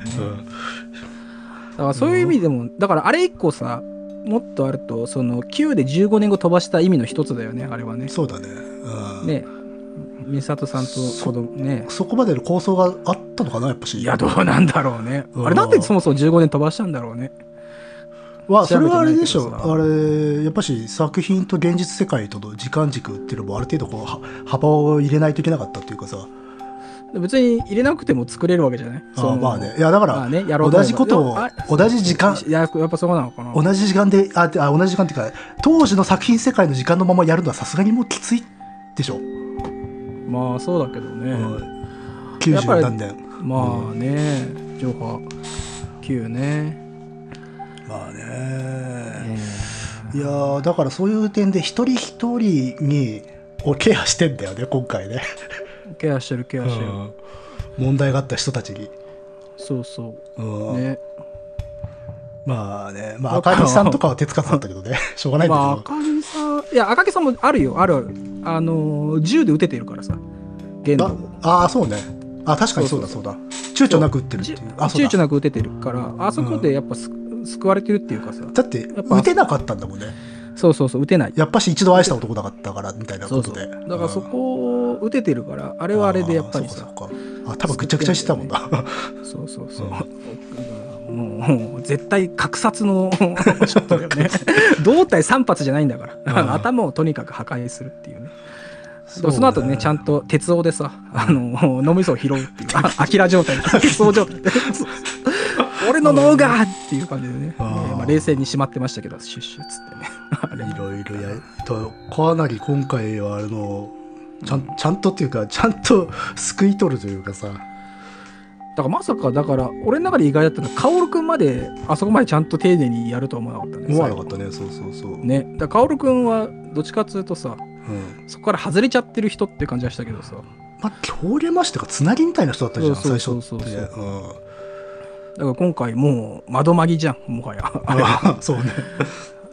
からそういう意味でも、だからあれ一個さもっとあると、そのきゅうでじゅうごねんご飛ばした意味の一つだよね、あれはね。 そうだね、うん、 ね、美里さんと子供ね、 そこまでの構想があったのかなやっぱし。 いやどうなんだろうね、うん、あれなんでそもそもじゅうごねん飛ばしたんだろうね。 わそれはあれでしょ、あれやっぱし作品と現実世界との時間軸っていうのもある程度こう幅を入れないといけなかったっていうかさ。 別に入れなくても作れるわけじゃない。 ああまあね、いやだから、まあね、同じことを同じ時間、 いややっぱそうなのかな、 同じ時間で、ああ同じ時間っていうか当時の作品世界の時間のままやるのはさすがにもうきついでしょ。 まあそうだけどね、うん、 きゅうじゅう何年、 まあね、ジョーハきゅうね、 まあね、えー、いやだからそういう点で一人一人にをケアしてんだよね今回ねケアしてるケアしてる、うん、 問題があった人たちに。 そうそう、うん、ね。 まあね、まあ赤木さんとかは手つかずだったけどねしょうがないんだけど、まあ、 赤木さん、いや赤木さんもあるよ、あるある、あの銃で撃ててるからさ、限度を。 ああそうね、あ確かにそうだそうだ、躊躊躇なく撃ってるっていう、 あ躊躇なく撃ててるから、あそこでやっぱす、うん、救われてるっていうかさ、 だって撃てなかったんだもんね。 そうそうそう、撃てない、 やっぱし一度愛した男だったからみたいなことで。 そうそう、だからそこを撃ててるから、あれはあれでやっぱりさ、 そうかそうか、あ多分ぐちゃぐちゃしてたもんなそうそうそう、うん、もう絶対格殺のショットだよね胴体さん発じゃないんだから頭をとにかく破壊するっていうね。そ, ねその後ねちゃんと鉄王でさ、あの脳みそを拾うっていうアキラ状態で鉄王状態で俺の脳がっていう感じでね、あ、ね、まあ、冷静にしまってましたけど、シュッシュッつってねいろいろやとかなり今回はあのちゃん、ちゃんとっていうかちゃんと救い取るというかさ、だからまさか、だから俺の中で意外だったのは薫君まであそこまでちゃんと丁寧にやるとは思わなかったね。 思わなかったね、そうそうそうね。だから薫君はどっちかっつうとさ、うん、そこから外れちゃってる人って感じはしたけどさ、 まあ強烈ましてかつなぎみたいな人だったじゃん最初って。そうそうそうそう、うん、 だから今回もう窓まぎじゃんもはやあそうね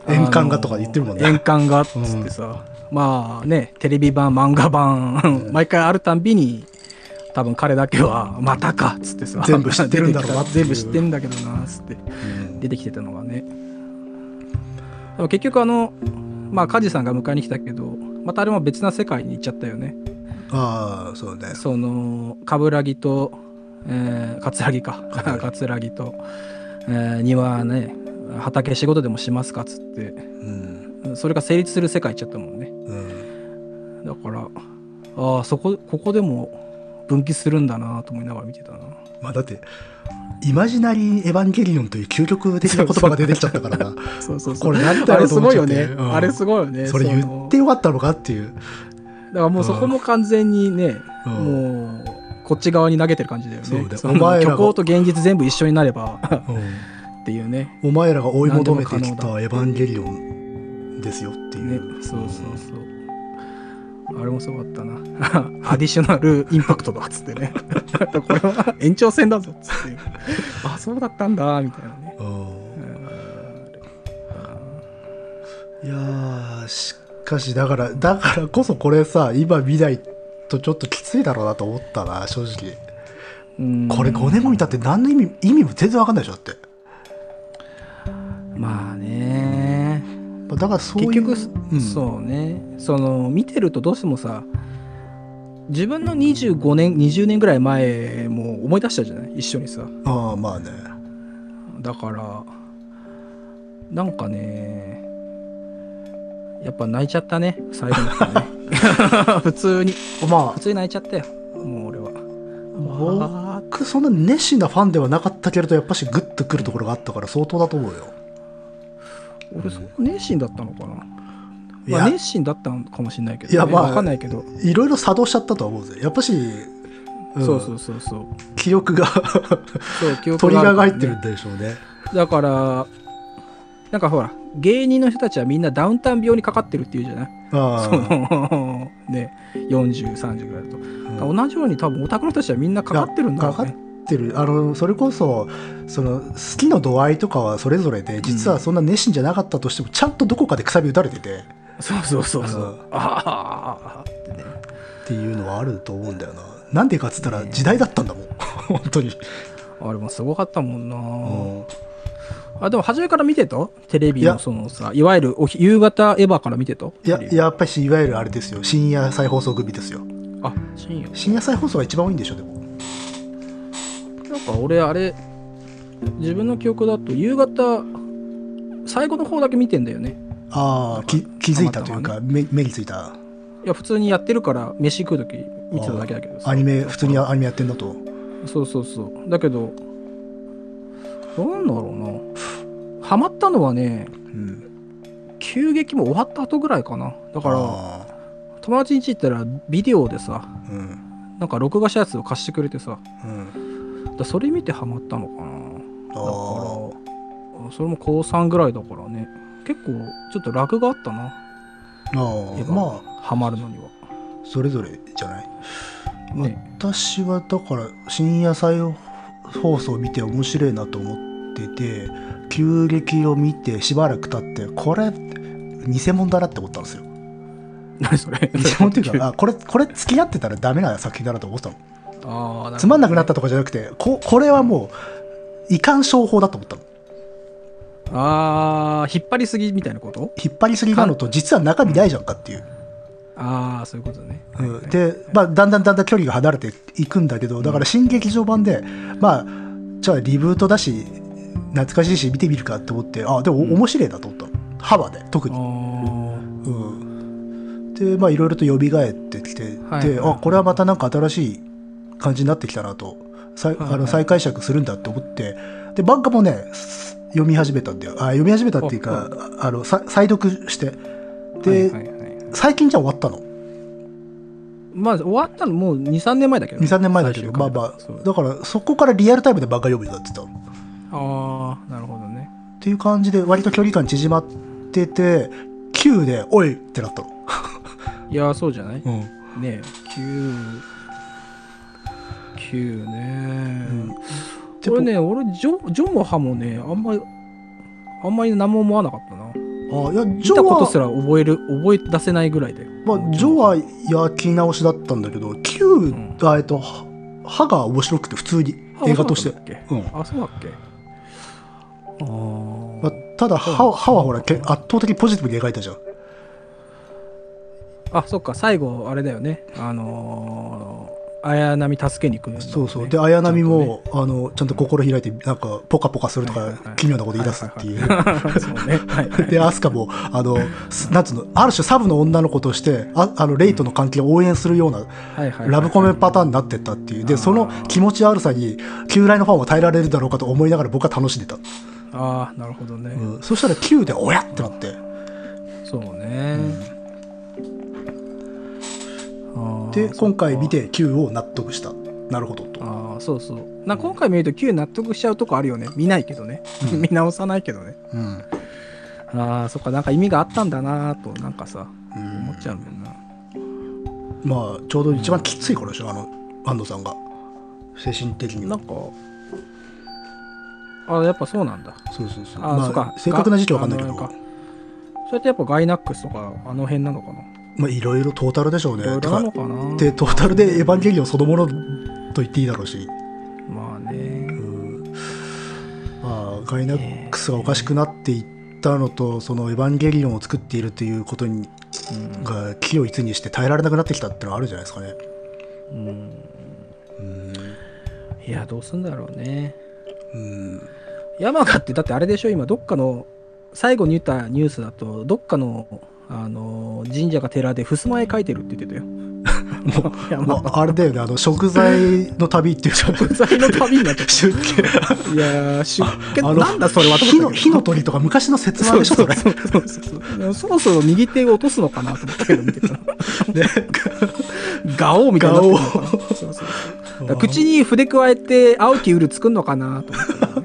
円環がとか言ってるもんね。 円環がっつってさ、うん、まあね、テレビ版漫画版毎回あるたんびに多分彼だけはまたかっつってさ、 全部知ってるんだろうなっていう全部知ってんだけどなっつって出てきてたのがね、でも結局あのまあ梶さんが迎えに来たけど、またあれも別な世界に行っちゃったよね。 ああそうね。 その冠城と、えー、桂木か桂木と、えー、庭ね、畑仕事でもしますかっつって、うん、それが成立する世界行っちゃったもんね、うん、だからああそこここでも分岐するんだなと思いながら見てたな。 まあだってイマジナリーエヴァンゲリオンという究極的な言葉が出てきちゃったからな。 そうそうそう、 これなんだろうと思っちゃって、 あれすごいよね、うん、あれすごいよね。 それ言ってよかったのかっていう。 だからもうそこも完全にね、うん、もうこっち側に投げてる感じだよね。そうだよ、お前らが虚構と現実全部一緒になれば、うん、っていうね。 お前らが追い求めてきたエヴァンゲリオンですよっていう、 ね、そうそうそう。あれもすごかったな。アディショナルインパクトだっつってね。これは延長戦だぞっつって。あ、そうだったんだみたいなね。 いやーしかしだからだからこそこれさ今見ないとちょっときついだろうなと思ったな正直。うんこれごねんご見たって何の意味意味も全然わかんないでしょだって。 まあねだからそういう結局、うん、そうねその見てるとどうしてもさ自分のにじゅうごねんにじゅうねんぐらい前も思い出したじゃない一緒にさ。 ああまあね。 だからなんかねやっぱ泣いちゃったね最後の方ね。普通にまあ普通に泣いちゃったよもう俺は。 僕そんな熱心なファンではなかったけれどやっぱしグッとくるところがあったから相当だと思うよ。 俺そんな熱心だったのかな。まあ、熱心だったのかもしれないけど、ね、 いやまあ分かんないけどいろいろ作動しちゃったとは思うぜやっぱし、 うん、そうそうそうそう記憶がそう記憶が、ね、トリガーが入ってるんでしょうね。だからなんかほら芸人の人たちはみんなダウンタウン病にかかってるっていうじゃない。あそのねよんじゅう、さんじゅうぐらいだと、うん、同じように多分オタクの人たちはみんなかかってるんだろうね。かかってる。 あのそれこそその好きの度合いとかはそれぞれで実はそんな熱心じゃなかったとしても、うん、ちゃんとどこかでくさび打たれててそうそうそうそうああってねっていうのはあると思うんだよな。なんでかっつったら時代だったんだもん、ね、本当にあれもすごかったもんな、うん、あでも初めから見てたテレビのそのさ い, いわゆるお夕方エヴァから見てた。 いややっぱりいわゆるあれですよ深夜再放送組ですよ。 あ深夜深夜再放送が一番多いんでしょ。でもなんか俺あれ自分の記憶だと夕方最後の方だけ見てんだよね。 ああ気づいたというか、ね、目についた。 いや普通にやってるから飯食う時見てただけだけどさ。 アニメ普通にアニメやってんだと。 そうそうそうだけどなんだろうなハマったのはね、うん、急激も終わった後ぐらいかな。だから友達ん家行ったらビデオでさ、うん、なんか録画したやつを貸してくれてさ、うん、だそれ見てハマったのかな。だからそれも高さんぐらいだからね結構ちょっと楽があったな。あまあハマるのにはそれぞれじゃない、ね、私はだから深夜再放送を見て面白いなと思ってて急激を見てしばらく経ってこれ偽物だなって思ったんですよ。 何それ偽物っていうかあこれこれ付き合ってたらダメな作品だなと思ったの。あ、ね、つまんなくなったとかじゃなくて こ, これはもう遺憾商法だと思ったの。 あー引っ張りすぎみたいなこと。 引っ張りすぎなのと実は中身ないじゃんかっていう、 うん、ああそういうことね、 うん、で、まあ、だんだんだんだん距離が離れていくんだけどだから新劇場版で、うん、まあじゃあリブートだし懐かしいし見てみるかって思ってあでも面白いなと思ったの、うん、幅で特に、うん、でまあいろいろと蘇ってきて、はい、であこれはまたなんか新しい感じになってきたなと再、はいはい、あの再解釈するんだって思ってで漫画もね読み始めたんだよ。あ読み始めたっていうかあの再読してで、はいはいはい、最近じゃ終わったの。 まあ終わったのもう にさんねんまえだけど、ね、 にさんねんまえだけどまあまあだからそこからリアルタイムで漫画読むようになってたの。 ああなるほどねっていう感じで割と距離感縮まっててきゅうでおいってなったの。 いやそうじゃない、うん、ねえきゅうきゅうね、うんこれね、俺ジョ、ジョモハもね、あんまり、あんまり何も思わなかったな。 あいや見たことすら覚える覚え出せないぐらいだよ。 まあ、ジョは焼き直しだったんだけど、キューが、えっと、歯が面白くて、普通に映画として。 うん、あ、そうだっけ。あ、 まあ、ただ歯、歯はほら、圧倒的にポジティブに描いたじゃん。 あ、そっか、最後、あれだよね。あのー、綾波助けに来る、ね、 そうそう。で、綾波も、ね、あの、ちゃんと心開いて、なんか、ポカポカするとか、はいはいはい、奇妙なこと言い出すっていう。 そうね。はいはい、 で、アスカも、あの、なんつうの、ある種サブの女の子として、あ, あのレイとの関係を応援するような、ラブコメパターンになってったっていう。で、その気持ち悪さに、旧来のファンは耐えられるだろうかと思いながら僕は楽しんでた。 ああ、なるほどね。 うん、そしたらきゅうで、おやってなって。 そうね。 うん、で、今回見てきゅうを納得した。なるほどと。 ああ、そうそう。な今回見るときゅう納得しちゃうとこあるよね。見ないけどね。うん、見直さないけどね。うん、ああ、そっか、なんか意味があったんだなと、なんかさ、うん、思っちゃうんだよな。 まあ、ちょうど一番きつい頃でしょ、あの、安藤さんが。精神的に。 なんか、ああ、やっぱそうなんだ。 そうそうそう。 あ、まあ、そうか。 正確な時期は分かんないけど。 それってやっぱガイナックスとか、あの辺なのかな。 まあ、いろいろトータルでしょうね。 いろいろなのかな。 で、トータルでエヴァンゲリオンそのものと言っていいだろうし。 まあね。うん、 まあ、ガイナックスがおかしくなっていったのと、そのエヴァンゲリオンを作っているということに、うん、が気を一にして耐えられなくなってきたっていうのはあるじゃないですかね。うん。うん、 いや、どうすんだろうね。 うん。 山賀ってだってあれでしょ、今どっかの最後に言ったニュースだとどっかのあの神社か寺で襖絵描いてるって言ってたよ。 もういや、もうあれだよね、あの食材の旅っていう食材の旅になっちゃった出家いや出家なんだそれは火の火の鳥とか昔の説話でしょそれ。 そうそうそうそうそろそろ右手を落とすのかなと思ったけど見てたらガオーみたいなそうそうそう口に筆加えて青きウル作んのかなと思って、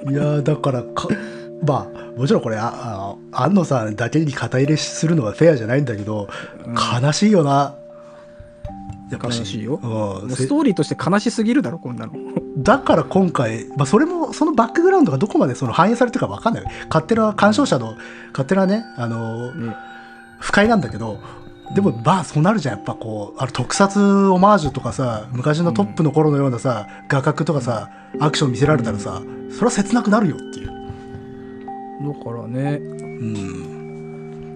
ね、いやだからかまあもちろんこれああ安野さんだけに肩入れするのはフェアじゃないんだけど、うん、悲しいよな。 やっぱ悲しいよ、うん、もうストーリーとして悲しすぎるだろこんなの。 だから今回、まあ、それもそのバックグラウンドがどこまでその反映されてるか分かんない。勝手な鑑賞者の勝手なねあの、ね、不快なんだけど、でもまあそうなるじゃん。やっぱこうあの特撮オマージュとかさ、昔のトップの頃のようなさ、うん、画角とかさアクション見せられたらさ、うん、それは切なくなるよっていう。 だからね、うん、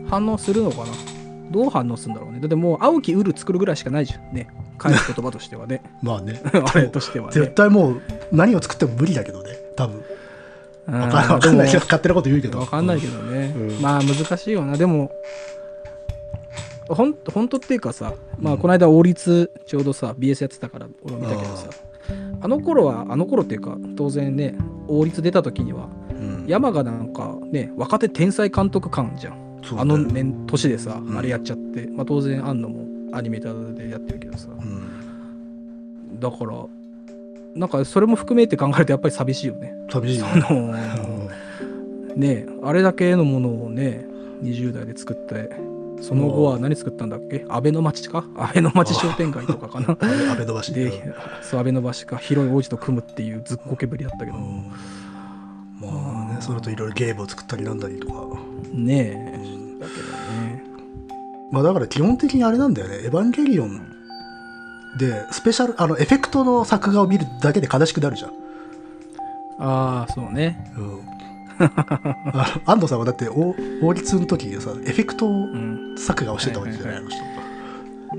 反応するのかな。どう反応するんだろうね。だってもう青きウル作るぐらいしかないじゃんね。返す言葉としてはね。 まあね。 あれとしてはね。 絶対もう何を作っても無理だけどね。多分。わかんないけど勝手なこと言うけど。 わかんないけどね。うん、まあ難しいよな。でもほん本当っていうかさ、まあこの間王立ちょうどさ ビーエス やってたから俺見たけどさ、あの頃はあの頃っていうか当然ね王立出た時には、うん、山がなんかね若手天才監督感じゃん。あの年年でさ、うん、あれやっちゃって、まあ、当然庵野もアニメーターでやってるけどさ、うん、だからなんかそれも含めて考えるとやっぱり寂しいよね。 寂しいね。そのねあれだけのものをねにじゅう代で作ってその後は何作ったんだっけ。安倍の町か安倍の町商店街とかかな。 安倍の橋でそう安倍の橋か広い王子と組むっていうずっこけぶりだったけど、うん、 まあねそれといろいろゲームを作ったりなんだりとかねえ、うん、だけどね。 まあだから基本的にあれなんだよね。エヴァンゲリオンでスペシャルあのエフェクトの作画を見るだけで悲しくなるじゃん。 ああそうね。うん。 あ安藤さんはだって王立の時にさエフェクト作画をしてたわけじゃないの、うんはいはいはい、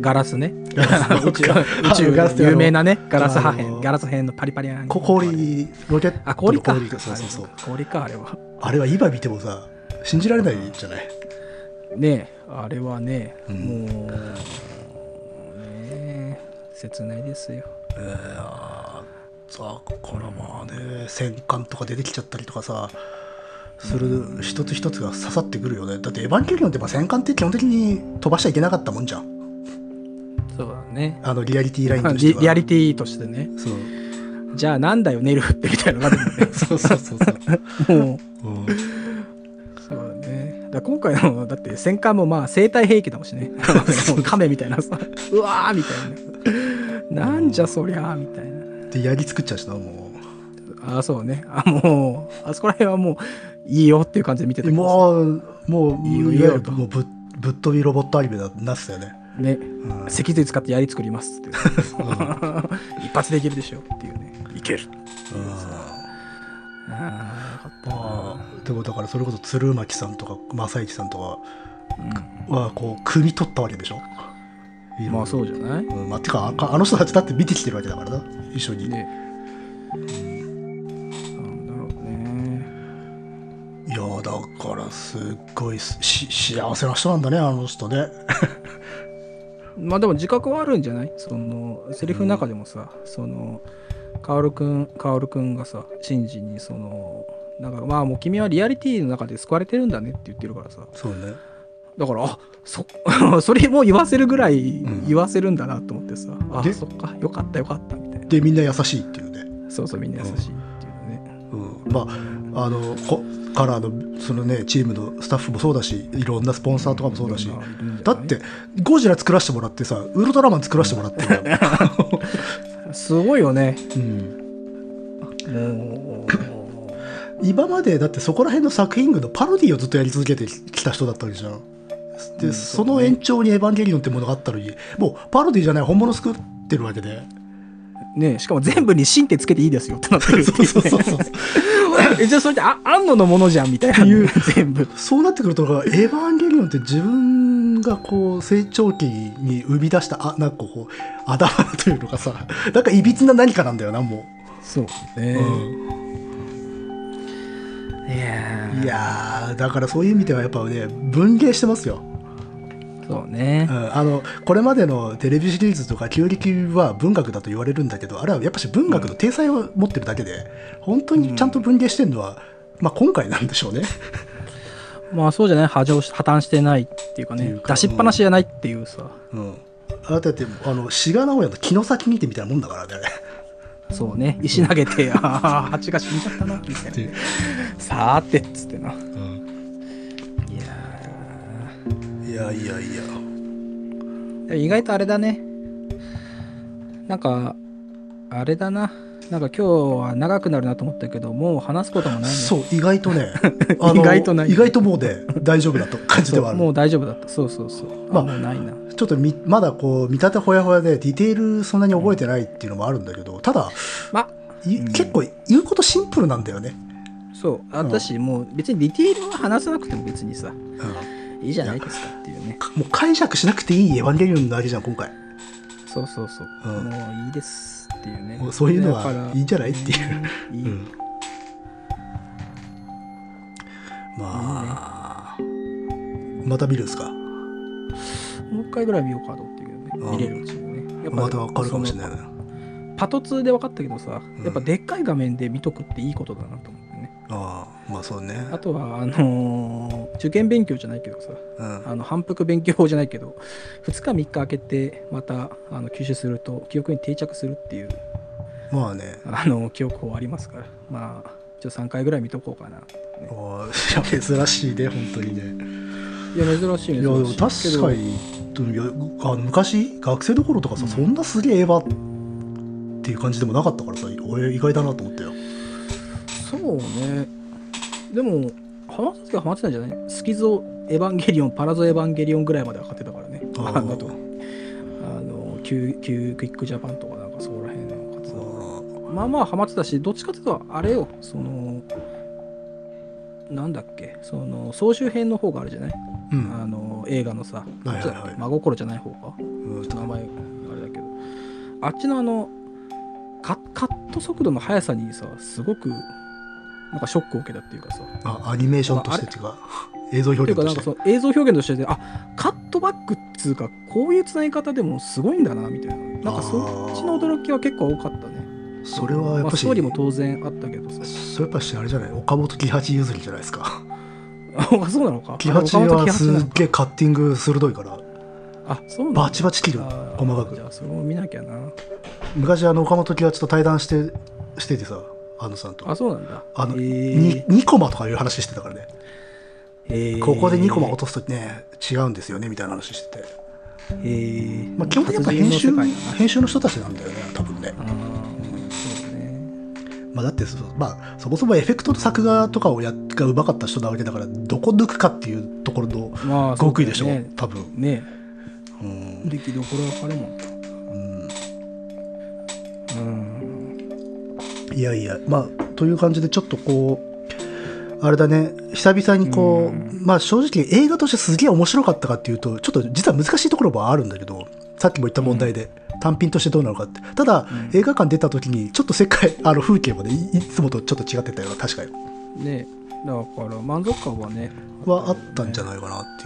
ガラスね。宇宙宇宙ガラス有名なねガラス破片ガラス片のパリパリな氷ロケットの氷か氷かそうそうそう氷かあれはあれは今見てもさ信じられないじゃないねえあれはね、うん、もうね切ないですよ。 えー、さあこれまあね戦艦とか出てきちゃったりとかさする一つ一つが刺さってくるよね。だってエヴァンゲリオンってまあ戦艦って基本的に飛ばしちゃいけなかったもんじゃん。 そうだね。 あのリアリティラインとしてはリ, リアリティとしてね。 そうじゃあなんだよネルフってみたいなのがあるもんね。 そうそうそうそうもう、うん、 そうだね。だ今回のだって戦艦もまあ生体兵器だもんしね。亀みたいなさうわーみたいななんじゃそりゃーみたいなで槍作っちゃうしなもう。 あそうね。あもうあそこら辺はもういいよっていう感じで見てたけどもうもういいよいいいわゆるよともうぶぶっ飛びロボットアニメだなってたよね。 ね、 うん脊髄使って槍作りますって一発できるでしょっていうね、いけるっていうさ、ああよかったな。 まあでもだからそれこそ鶴巻さんとか正行さんとかうんはこう汲み取ったわけでしょ。いろいろまあそうじゃない、 うん、まあてかああの人たちだって見てきてるわけだからな、一緒に。 ね、なんだろうね。 いやーだからすっごいし幸せな人なんだね、あの人ね。 まあでも自覚はあるんじゃない？そのセリフの中でもさ、うん、その薫くん薫くんがさ、シンジにそのなんかまあもう君はリアリティの中で救われてるんだねって言ってるからさ。 そうね。 だからあそそれも言わせるぐらい言わせるんだなと思ってさ、うん、あそっかよかったよかったみたいな。 でみんな優しいっていうね。 そうそうみんな優しいっていうね。 うん、うん、まああのこカラーのそのねチームのスタッフもそうだし、いろんなスポンサーとかもそうだし、うん、だってゴジラ作らせてもらってさ、ウルトラマン作らせてもらってるよすごいよね。 うん、今までだってそこら辺の作品群のパロディをずっとやり続けてきた人だったわけじゃん。で、うん、その延長にエヴァンゲリオンってものがあったのに、もうパロディじゃない本物作ってるわけで。 ね、しかも全部に神ってつけていいですよってなってるっていう、ね、 そうそうそうそうえじゃあそれってあ安野のものじゃんみたいないう全部そうなってくると、エヴァンゲリオンって自分がこう成長期に生み出したあなんかこうあだ名というのがさ、なんかいびつな何かなんだよな、もう。 そうね、うん、いやいやだからそういう意味ではやっぱね分離してますよ。 そうね、 うん、あのこれまでのテレビシリーズとか旧暦は文学だと言われるんだけど、あれはやっぱし文学の体裁を持ってるだけで、うん、本当にちゃんと分離してるのは、まあ、今回なんでしょうね。 まあそうじゃない、破綻破綻してないっていうかね、出しっぱなしじゃないっていうさ、うん、 あなたってあの志賀直哉の木の先見てみたいなもんだからね。 そうね、石投げて、うん、ああ蜂が死んじゃったなみたいなさーてっつってな、うん、 いやいやいやいや意外とあれだね、なんかあれだな、なんか今日は長くなるなと思ったけど、もう話すこともないね。 そう意外とねあの意外とない、 意外ともうね大丈夫だと感じではある。 もう大丈夫だった。そうそうそう、まあもうないな。 ちょっとみまだこう見立てほやほやでディテールそんなに覚えてないっていうのもあるんだけど、ただ、まうん、結構言うことシンプルなんだよね。 そう私、うん、もう別にディテールは話さなくても別にさ、うん、いいじゃないですかっていうね。 もう解釈しなくていいエヴァンゲリオンなわけじゃん今回。 そうそうそう、うん、もういいですっていうね。 もうそういうのはいいんじゃないっていう、うん、いい、うん、まあいい、ね、また見るんですか。 もう一回ぐらい見ようかと思ってるけどね、見れるうちにね。 やっぱまた分かるかもしれないな。 パトツーで分かったけどさ、やっぱでっかい画面で見とくっていいことだなと思ってね。 ああ、まあそうね。 あとはあのー、受験勉強じゃないけどさ、うん、あの反復勉強法じゃないけど、ふつかみっか空けてまたあの吸収すると記憶に定着するっていう、 まあね、 あの記憶法ありますから、まあちょっとさんかいぐらい見とこうかな、ね。 おいや珍しいね本当にね。 いや珍しいね。 いや確かにあの昔学生の頃とかさ、うん、そんなすげえエヴァっていう感じでもなかったからさ、俺意外だなと思ったよ。 そうね。でもハマった時はハマってたんじゃない？スキゾエヴァンゲリオン、パラゾエヴァンゲリオンぐらいまで上がってたからね。ああのとあのキューキュークイックジャパンとかなんかそこら辺の活動、まあまあハマってたし、どっちかというとあれよ、そのなんだっけ、その総集編の方があるじゃない？うん、あの映画のさ、はいはいはい、真心じゃない方か、うん、名前あれだけど、あっちのあのカ, カット速度の速さにさ、すごくなんかショックを受けたっていうかさ、 あアニメーションとしてっていうか映像表現として、 なんか映像表現としてで、あカットバックっつうかこういうつなぎ方でもすごいんだなみたいな、なんかそっちの驚きは結構多かったね。 それはやっぱし、まあ、 ストーリーも当然あったけどさ、 それやっぱしあれじゃない、岡本喜八譲りじゃないですか。 そうなのか。 喜八はすっげえカッティング鋭いから、 あそうなんだ、 バチバチ切る細かく。 じゃあそれも見なきゃな。 昔あの岡本喜八と対談してしててさ、安野さんと。 あそうなんだ。 あの、えー、に, にコマとかいう話してたからね、えー、ここでにコマ落とすとね違うんですよねみたいな話してて、えーまあ、基本的にやっぱ編集編集の人たちなんだよね多分ね。あ、うん、そうね。 まあ、だってそ、まあ、そもそもエフェクトの作画とかをやがうまかった人なわけだから、どこ抜くかっていうところの極意でしょ、まあね、多分ねえ、うん、出来どころ分かるもん。 うん、うん、いやいや、まあという感じでちょっとこうあれだね、久々にこう、うん、まあ正直映画としてすげえ面白かったかっていうと、ちょっと実は難しいところもあるんだけど、さっきも言った問題で、うん、単品としてどうなのかって。ただ、うん、映画館出た時にちょっと世界あの風景もね い, いつもとちょっと違ってたような、確かにね。だから満足感はねはあったんじゃないかなって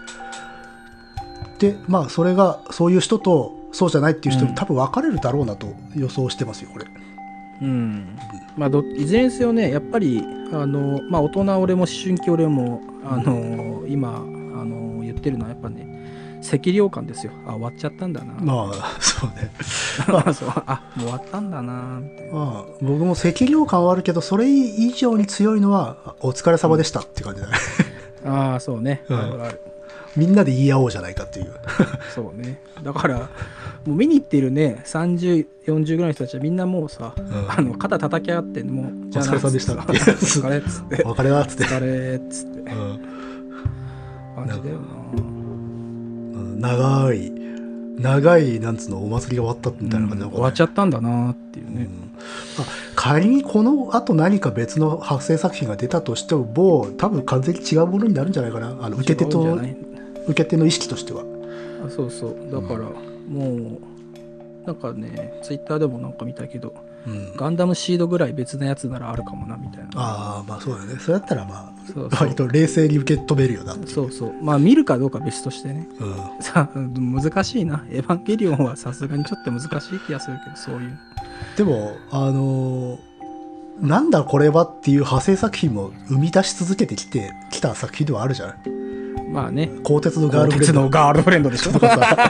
いう。でまあそれがそういう人とそうじゃないっていう人に多分分かれるだろうなと予想してますよこれ。 うん、まあどいずれにせよね、やっぱりあの、まあ、大人俺も思春期俺もあの今あの言ってるのはやっぱね、赤涼感ですよ。あ、終わっちゃったんだな。 まあそうねあそう、あ、もう終わったんだなみたいな。 まあ僕も赤涼感はあるけど、それ以上に強いのはお疲れ様でしたって感じだね。 ああそうね、うん、あるある。 みんなで言い合おうじゃないかっていう。 そうね。だからもう見に行ってるねさんじゅう、よんじゅうぐらいの人たちはみんなもうさ、うん、あの肩叩き合ってもうじゃあお疲れ様でしたって。お疲れっつって。 お別れだっつって。 お疲れっつって。うん、感じだよな。長い長いなんつうのお祭りが終わったみたいな感じだ、 うん、終わっちゃったんだなっていうね。うん、 あ仮にこの後何か別の派生作品が出たとしても、もう多分完全に違うものになるんじゃないかな。あの受け手と受け手の意識としては。 あそうそう、だから、うん、もうなんかねツイッターでもなんか見たけど、うん、ガンダムシードぐらい別なやつならあるかもなみたいな。 ああまあそうだね。それだったらまあそうそう割と冷静に受け止めるよな。 そうそう、まあ見るかどうか別としてね、うん、さ難しいな。エヴァンゲリオンはさすがにちょっと難しい気がするけど、そういうでもあのー、なんだこれはっていう派生作品も生み出し続けてきてきた作品ではあるじゃない。 まあね、 鋼鉄のガールフレンド。鋼鉄のガールフレンドでしょ。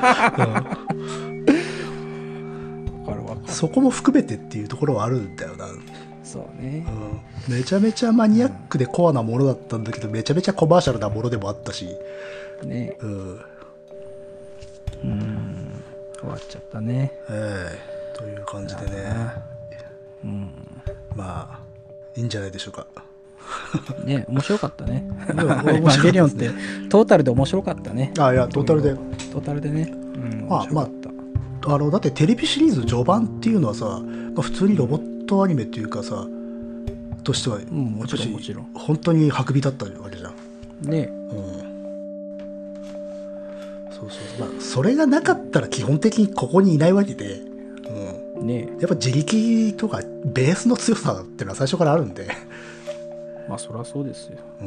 そこも含めてっていうところはあるんだよな。 そうね、 うん、めちゃめちゃマニアックでコアなものだったんだけど、めちゃめちゃコマーシャルなものでもあったしね。うん、うん終わっちゃったね。 ええー、という感じでね、うん、まあいいんじゃないでしょうか。 ね、面白かったね。エヴァンゲリオンってトータルで面白かったね。 あいやトータルでトータルでね、うん、 まあまああのだってテレビシリーズ序盤っていうのはさ、まあ、普通にロボットアニメっていうかさとしては、うん、もちろんもちろん本当に白美だったわけじゃんね。 うんそうそう、まあそれがなかったら基本的にここにいないわけで、うんね、やっぱ自力とかベースの強さっていうのは最初からあるんで。 まあそりゃそうですよ、うん、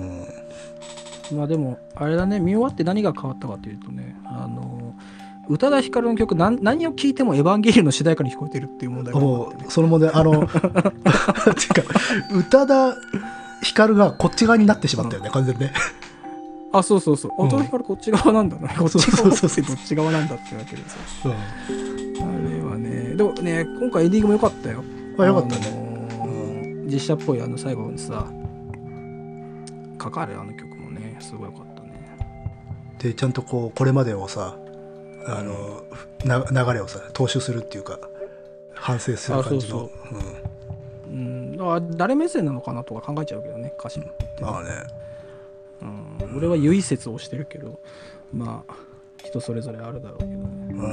まあでもあれだね、見終わって何が変わったかというとね、あの宇多田ヒカルの曲 何, 何を聴いてもエヴァンゲリオンの主題歌に聞こえてるっていう問題が、ね、もうその問題あのてか宇多田ヒカルがこっち側になってしまったよね、うん、完全にね。 あそうそうそう、宇多田ヒカルこっち側なんだな、うん、こっち側ってどっち側なんだってわけですよ、うん、あれはね。でもね今回エンディングも良かったよ。 あ良かったね、 あのーうん、実写っぽいあの最後にさかかるあの曲もねすごい良かったね。 でちゃんとこうこれまでをさあのな流れをさ踏襲するっていうか反省する感じの。そうそう、 うんうん、だから誰目線なのかなとか考えちゃうけどね歌詞も、 うん、まあね、 うん、俺は唯説をしてるけどまあ人それぞれあるだろうけどね、うん、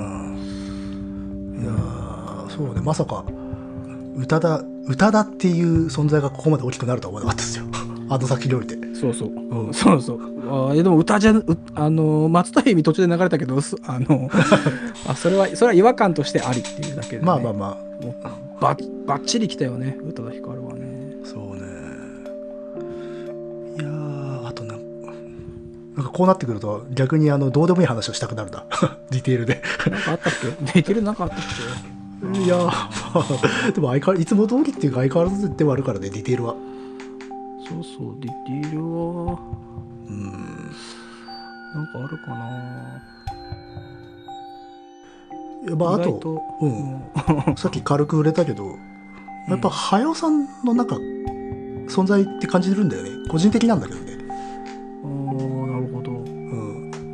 いやそうね、まさか宇多田宇多田っていう存在がここまで大きくなるとは思わなかったですよ。あの先において。 そうそう、うん、そうそう。あでも歌じゃあの松任谷由実途中で流れたけどあのあそれはそれは違和感としてありっていうだけで、ね、 まあまあまあもうバッバッチリきたよね宇多田ヒカルはね。 そうね。いやあとなんかなんかこうなってくると逆にあのどうでもいい話をしたくなるなディテールで。 なんかあったっけ？ディテールなんかあったっけ？いやまあでも相変わらいつも通りっていうか相変わらずではあるからねディテールは。 そうそうディテールはうんなんかあるかな。 いやまああと、うん、さっき軽く触れたけどやっぱ早尾さんのなんか存在って感じるんだよね、個人的なんだけどね。 ああなるほど、うん、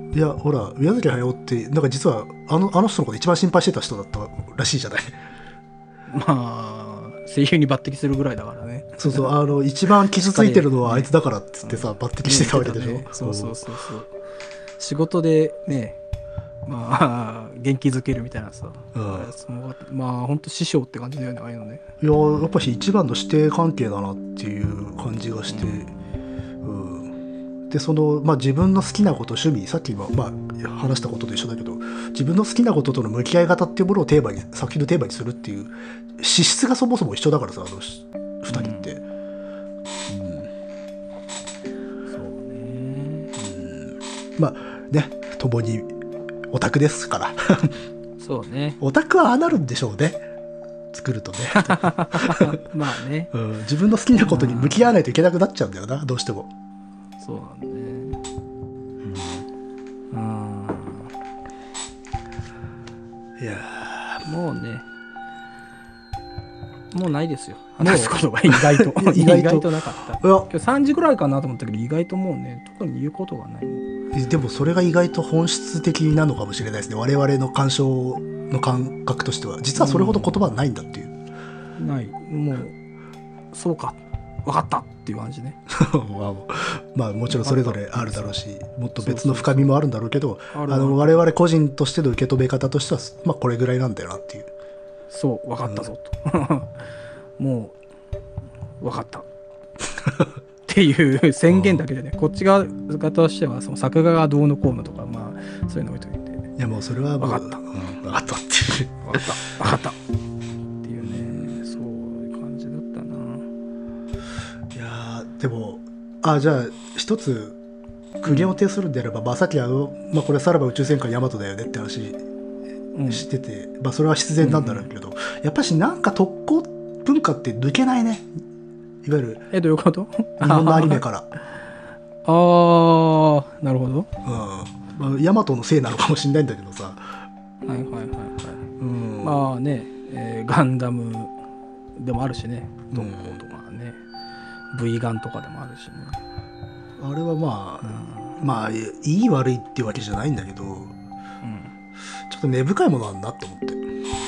いやほら宮崎駿ってなんか実はあのあの人のこと一番心配してた人だったらしいじゃない。 まあ声優に抜擢するぐらいだからね。 そうそう、あの一番傷ついてるのはあいつだからっつってさ、抜擢してたわけでしょ、 ね、そうそうそうそう。仕事でね、まあ元気づけるみたいなさ、うん、まあ本当師匠って感じだよね、ああいうのね。 いややっぱし一番の師弟関係だなっていう感じがして、うんうん、でその、まあ、自分の好きなこと趣味、さっきも、まあ、話したことと一緒だけど、自分の好きなこととの向き合い方っていうものをテーマに作品のテーマにするっていう資質がそもそも一緒だからさ、あのふたりって、うんうん、そうね、うん、まあね、共にオタクですからそうね、 オタクはああなるんでしょうね、作るとねまあね、 うん、自分の好きなことに向き合わないといけなくなっちゃうんだよな、どうしても。 そうなんだね、うん、 いやもうね、もうないですよ、話すことが意外と意外と意外となかった。今日さんじぐらいかなと思ったけど、意外ともうね、特に言うことがないもん。 でもそれが意外と本質的なのかもしれないですね、我々の鑑賞の感覚としては。実はそれほど言葉はないんだっていう、 うん、ない、もうそうか分かったっていう感じねまあもちろんそれぞれあるだろうし、もっと別の深みもあるんだろうけど、あの我々個人としての受け止め方としては、まあこれぐらいなんだよなっていう。 そう分かったぞと、うん、もう分かったっていう宣言だけでね、こっち側としてはその作画がどうのこうのとか、まあそういうの置いといて、 いやもうそれは分かった、うん、 分かったっていう分かった分かったっていうね、そういう感じだったな。 いやでも、あ、じゃあ一つ苦言を呈するんであれば、うん、まあさっきあの、まあ、これさらば宇宙戦艦ヤマトだよねって話してて、うん、まあそれは必然なんだろうけど、うんうん、やっぱしなんか特攻文化って抜けないね、いわゆるえどういうこと日本のアニメからああなるほど、うんまあ、ヤマトのせいなのかもしれないんだけどさ、 はいはいはいはい、うん、まあね、えー、ガンダムでもあるしね、特攻とかね、うん、V ガンとかでもあるしね、 あれはまあ、うん、まあいい悪いっていうわけじゃないんだけど、うん、ちょっと根深いものなんだって思って。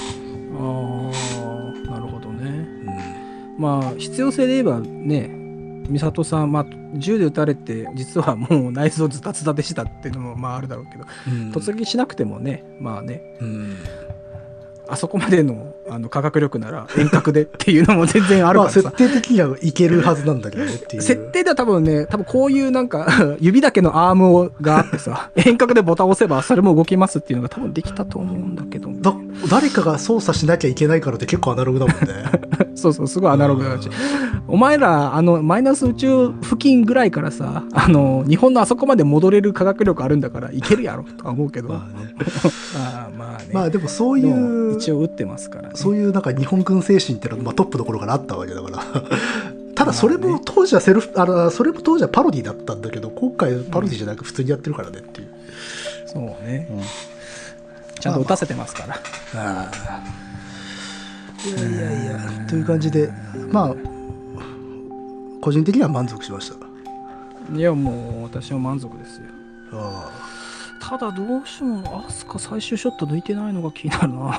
ああなるほどね、うん、まあ必要性で言えばね、美里さん、まあ、銃で撃たれて実はもう内臓ズタズタでしたっていうのもまああるだろうけど、うん、突撃しなくてもね、まあね、うん、あそこまで の, あの科学力なら遠隔でっていうのも全然あるからさ、 まあ設定的にはいけるはずなんだけどねっていう設定では多分ね、多分こういうなんか指だけのアームがあってさ遠隔でボタンを押せばそれも動きますっていうのが多分できたと思うんだけど、 だ誰かが操作しなきゃいけないからって結構アナログだもんねそうそう、すごいアナログだし、お前らあのマイナス宇宙付近ぐらいからさ、あの日本のあそこまで戻れる科学力あるんだからいけるやろとか思うけどまあねあまあね、 まあでもそういう一応打ってますからね、 そういうなんか日本軍精神っていうのは、まあ、トップの頃からあったわけだからただそれも当時はセルフ、あのそれも当時はパロディだったんだけど、今回パロディじゃなく普通にやってるからねっていう、 うん、そうね、うん、ちゃんと打たせてますから、まあまあ、あいやいやいやという感じで、まあ個人的には満足しました。 いやもう私は満足ですよ。 あただどうしてもアスカ最終ショット抜いてないのが気になるな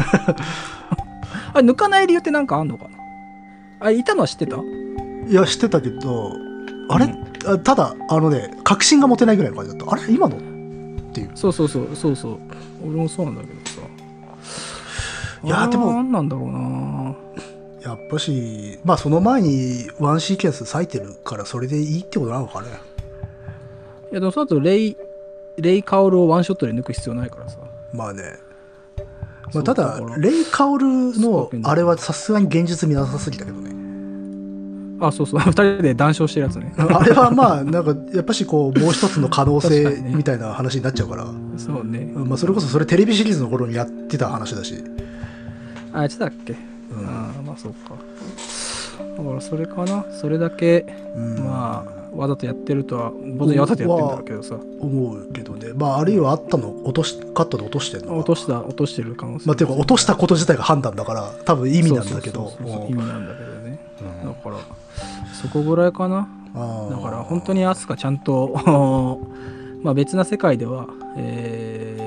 あれ抜かない理由って何かあんのかな。あいたのは知ってた？ いや知ってたけど、あれ、うん、ただあのね確信が持てないぐらいの感じだった。あれ今のっていう。 そうそうそうそうそう、俺もそうなんだけどさ、 いやでも何なんだろうな、 やっぱしまあその前にワンシーケンス割いてるからそれでいいってことなのかね。 いやでもその後レイレイカオルをワンショットで抜く必要ないからさ。 まあね、まあ、ただレイカオルのあれはさすがに現実見なさすぎたけどね。 あそうそうふたりで談笑してるやつねあれはまあなんかやっぱしこうもう一つの可能性みたいな話になっちゃうからそうね、 まあ、それこそそれテレビシリーズの頃にやってた話だし。 あやってたっけ、うん、あまあそうか。だからそれかな、それだけ、うん、まあわざとやってるとは当然わざとやってるんだけどさ思うけどね。まああるいはあったの落としカットで落としてるのか、 落とした落としてる可能性、 まあていうか落としたこと自体が判断だから多分意味なんだけど、 意味なんだけどね、うん、だからそこぐらいかな。だから本当にアスカちゃんとまあ別な世界では、えー、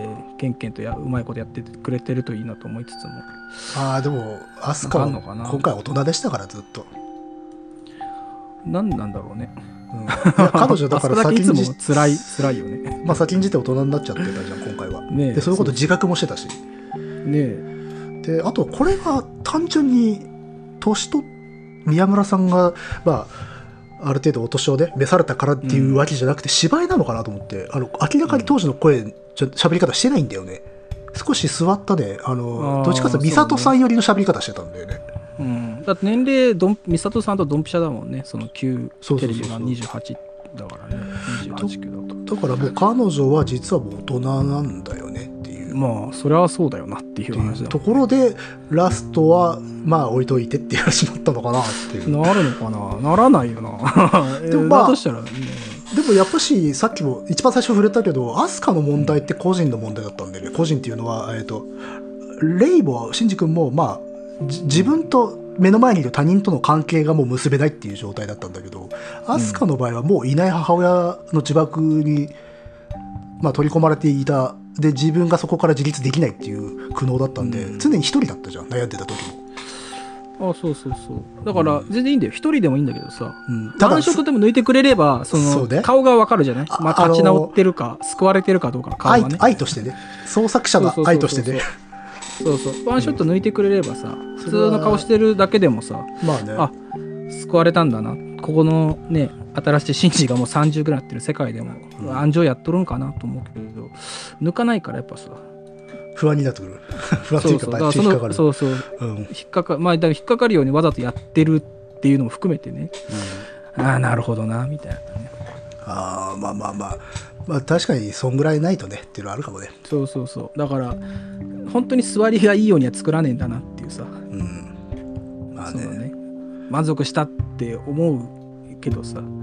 ケンケンとやうまいことやってくれてるといいなと思いつつも。 ああでもアスカは今回大人でしたからずっと。 何なんだろうね。 うん、いや彼女だから先にいつも辛い辛いよね。 まあ先んじて大人になっちゃってたじゃん今回は。 ね、 でそういうこと自覚もしてたし。 ねであとこれが単純に年と宮村さんがまあある程度お年をね召されたからっていうわけじゃなくて、うん、芝居なのかなと思って、あの明らかに当時の声ちょ喋り方してないんだよね。少し座ったね、あのどっちかというと美里さん寄りの喋り方してたんだよね。 うん、だって年齢どん美里さんとドンピシャだもんね。その旧テレビがにじゅうはちだからね。にじゅうはちきゅうだと。 だからもう彼女は実はもう大人なんだよねっていう。 まあそれはそうだよなっていう話だ、ね、 ところでラストはまあ置いといてっていう話になったのかなっていう。 なるのかな、ならないよな。でもまあ、だとしたらね。 でもやっぱしさっきも一番最初触れたけどアスカの問題って個人の問題だったんでね。個人っていうのは、えーと、レイもシンジ君もまあ自分と目の前にいる他人との関係がもう結べないっていう状態だったんだけど、アスカの場合はもういない母親の呪縛に、まあ、取り込まれていた。で自分がそこから自立できないっていう苦悩だったんで、うん、常に一人だったじゃん悩んでた時も。あそうそうそう。だから全然いいんだよ。一人でもいいんだけどさ。うん、ただワンショットでも抜いてくれればそのそ顔がわかるじゃない。まあ、立ち直ってるか救われてるかどうかの顔がね。 愛, 愛としてね。創作者の愛としてね。 そうそうワンショット抜いてくれればさ、うん、普通の顔してるだけでもさ、 まあね、 あ救われたんだな。ここのね新しいシンジがもうさんじゅうぐらいなってる世界でも、うん、安城やっとるんかなと思うけど抜かないからやっぱさ不安になってくる。不安というか引っかかる。 そうそう、うん、引っかかまあだから引っかかるようにわざとやってるっていうのも含めてね、うん、ああなるほどなみたいなね。 ああまあまあまあまあ確かにそんぐらいないとねっていうのはあるかもね。 そうそうそうだから本当に座りがいいようには作らねえんだなっていうさ、 うんまあ ね, ね満足したって思うけどさ、うん、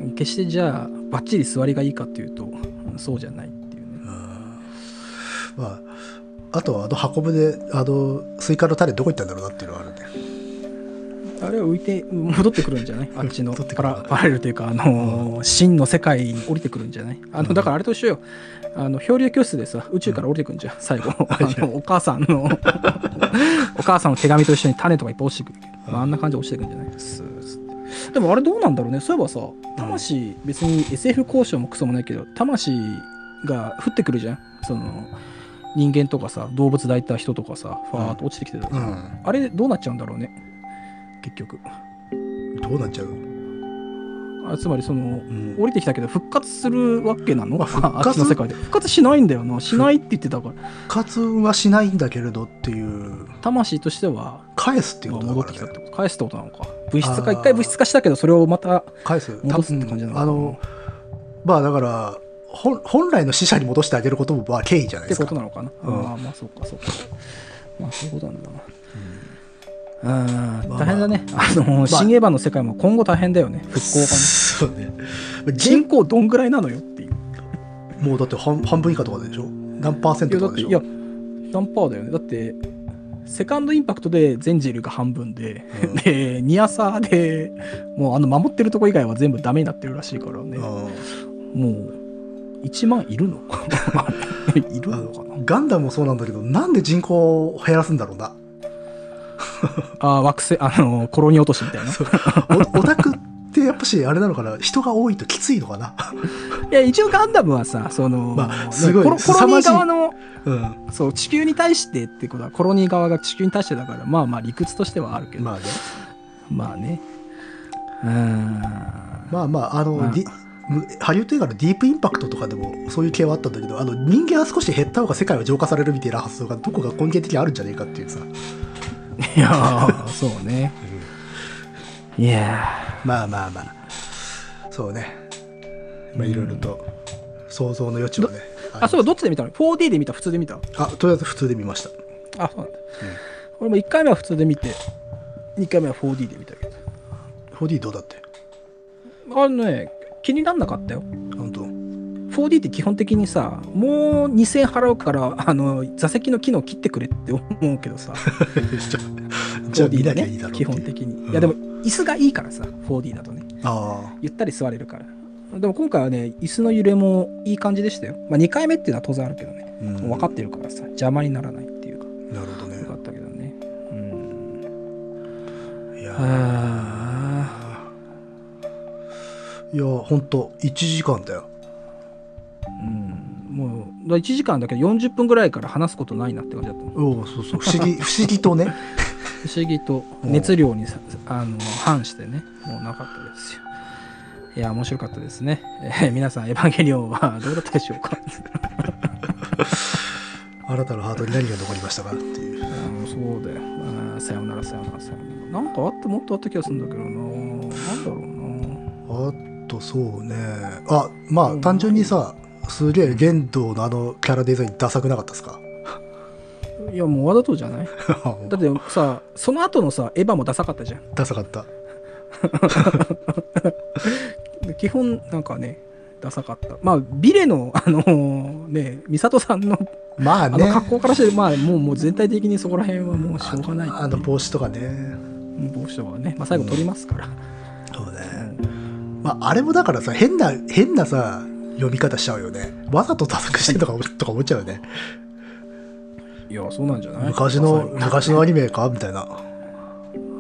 決してじゃあバッチリ座りがいいかっていうとそうじゃないっていうね。うんまああとはあの箱舟であのスイカの種どこ行ったんだろうなっていうのはあるね。 あれは浮いて戻ってくるんじゃないあっちのパラ、パラレルというかあのー、真の世界に降りてくるんじゃないあのだからあれと一緒よ。あの漂流教室でさ宇宙から降りてくるんじゃん、うん、最後あのお母さんのお母さんの手紙と一緒に種とかいっぱい落ちてくるけど、まあ、あんな感じで落ちてくるんじゃないですでもあれどうなんだろうね。そういえばさ魂別に エスエフ 交渉もクソもないけど魂が降ってくるじゃん。その人間とかさ動物抱いた人とかさファーっと落ちてきてたじゃん、うん、あれどうなっちゃうんだろうね結局。 どうなっちゃうあつまりその、うん、降りてきたけど復活するわけなの、まあ、復活あっちの世界で復活しないんだよな。しないって言ってたから復活はしないんだけれどっていう魂としては返すっていうことだから、ね、 戻ってきたってこと返すってことなのか。物質化一回物質化したけどそれをまた返す戻すって感じなのかな。あのまあだから本来の死者に戻してあげることもまあ敬意じゃないですかってことなのかな、うん、あまあそうかそうかまあそういうことなんだな、うん、あ大変だね、まあ、あの、まあ、新エヴァの世界も今後大変だよね復興がね。 そうね人口どんぐらいなのよっていうもうだって 半, 半分以下とかでしょ何パーセントとかでしょ。 いやだっていや何パーだよね。だってセカンドインパクトで全人類が半分で、うん、でニアサーでもうあの守ってるとこ以外は全部ダメになってるらしいからね、うん、もういちまんいるのかいるのかな。 ガンダムもそうなんだけどなんで人口を減らすんだろうなあ惑星あのコロニー落としみたいなオタクってやっぱしあれなのかな人が多いときついのかないや一応ガンダムはさその、 まあ、すごいコロ、コロニー側の、 うん、 そう地球に対してってことはコロニー側が地球に対してだからまあまあ理屈としてはあるけどまあねまあねうんまあまああの、まあハリウッド映画のディープインパクトとかでもそういう系はあったんだけどあの人間は少し減った方が世界は浄化されるみたいな発想がどこか根源的にあるんじゃねえかっていうさいやーそうね、うん、いやまあまあまあそうねまあいろいろと想像の余地はね、 うん、あそうどっちで見たの フォーディー で見た普通で見たあとりあえず普通で見ましたあそうなんだ、うん、俺もいっかいめは普通で見てにかいめは フォーディー で見たけどフォーディー どうだってあのね気になんなかったよ本当フォーディー って基本的にさもうにせんえん払うからあの座席の機能切ってくれって思うけどさじゃあ見なきゃいいだろう基本的に、うん、いやでも椅子がいいからさ フォーディー だとねあゆったり座れるからでも今回はね椅子の揺れもいい感じでしたよ、まあ、にかいめっていうのは当然あるけどねうん、 分かってるからさ邪魔にならないっていうか。 なるほどね。 よかったけどね。うん。 いやいやほんといちじかんだよ。 うん、もういちじかんだけどよんじゅっぷんぐらいから話すことないなって感じだった。 おお、そうそう、不思議不思議とね不思議と熱量にあの反してね、もうなかったですよ。いや面白かったですね。えー、皆さんエヴァンゲリオンはどうだったでしょうか。 あなたのハートに何が残りましたかっていう。 うん、そうだよ。あ、さよならさよならさよなら。なんかあってもっとあった気がするんだけどな。なんだろうな。 あとそうね。あ、まあ、うん、単純にさ、すげえ玄道のあのキャラデザインダサくなかったですか？ いやもうわざとじゃない？だってさ、その後のさエヴァもダサかったじゃん。 ダサかった。 基本なんかねダサかった。まあビレのあのー、ね美里さんのまあね、 あの格好からしてまあもうもう全体的にそこら辺はもうしょうがない。 あの帽子とかね。 帽子とかね、まあ最後取りますから。 うん、そうね。まああれもだからさ変な変なさ読み方しちゃうよね。わざとダサくしてとかとか思っちゃうよね。 いやそうなんじゃない？ 昔の昔のアニメかみたいな。 うん、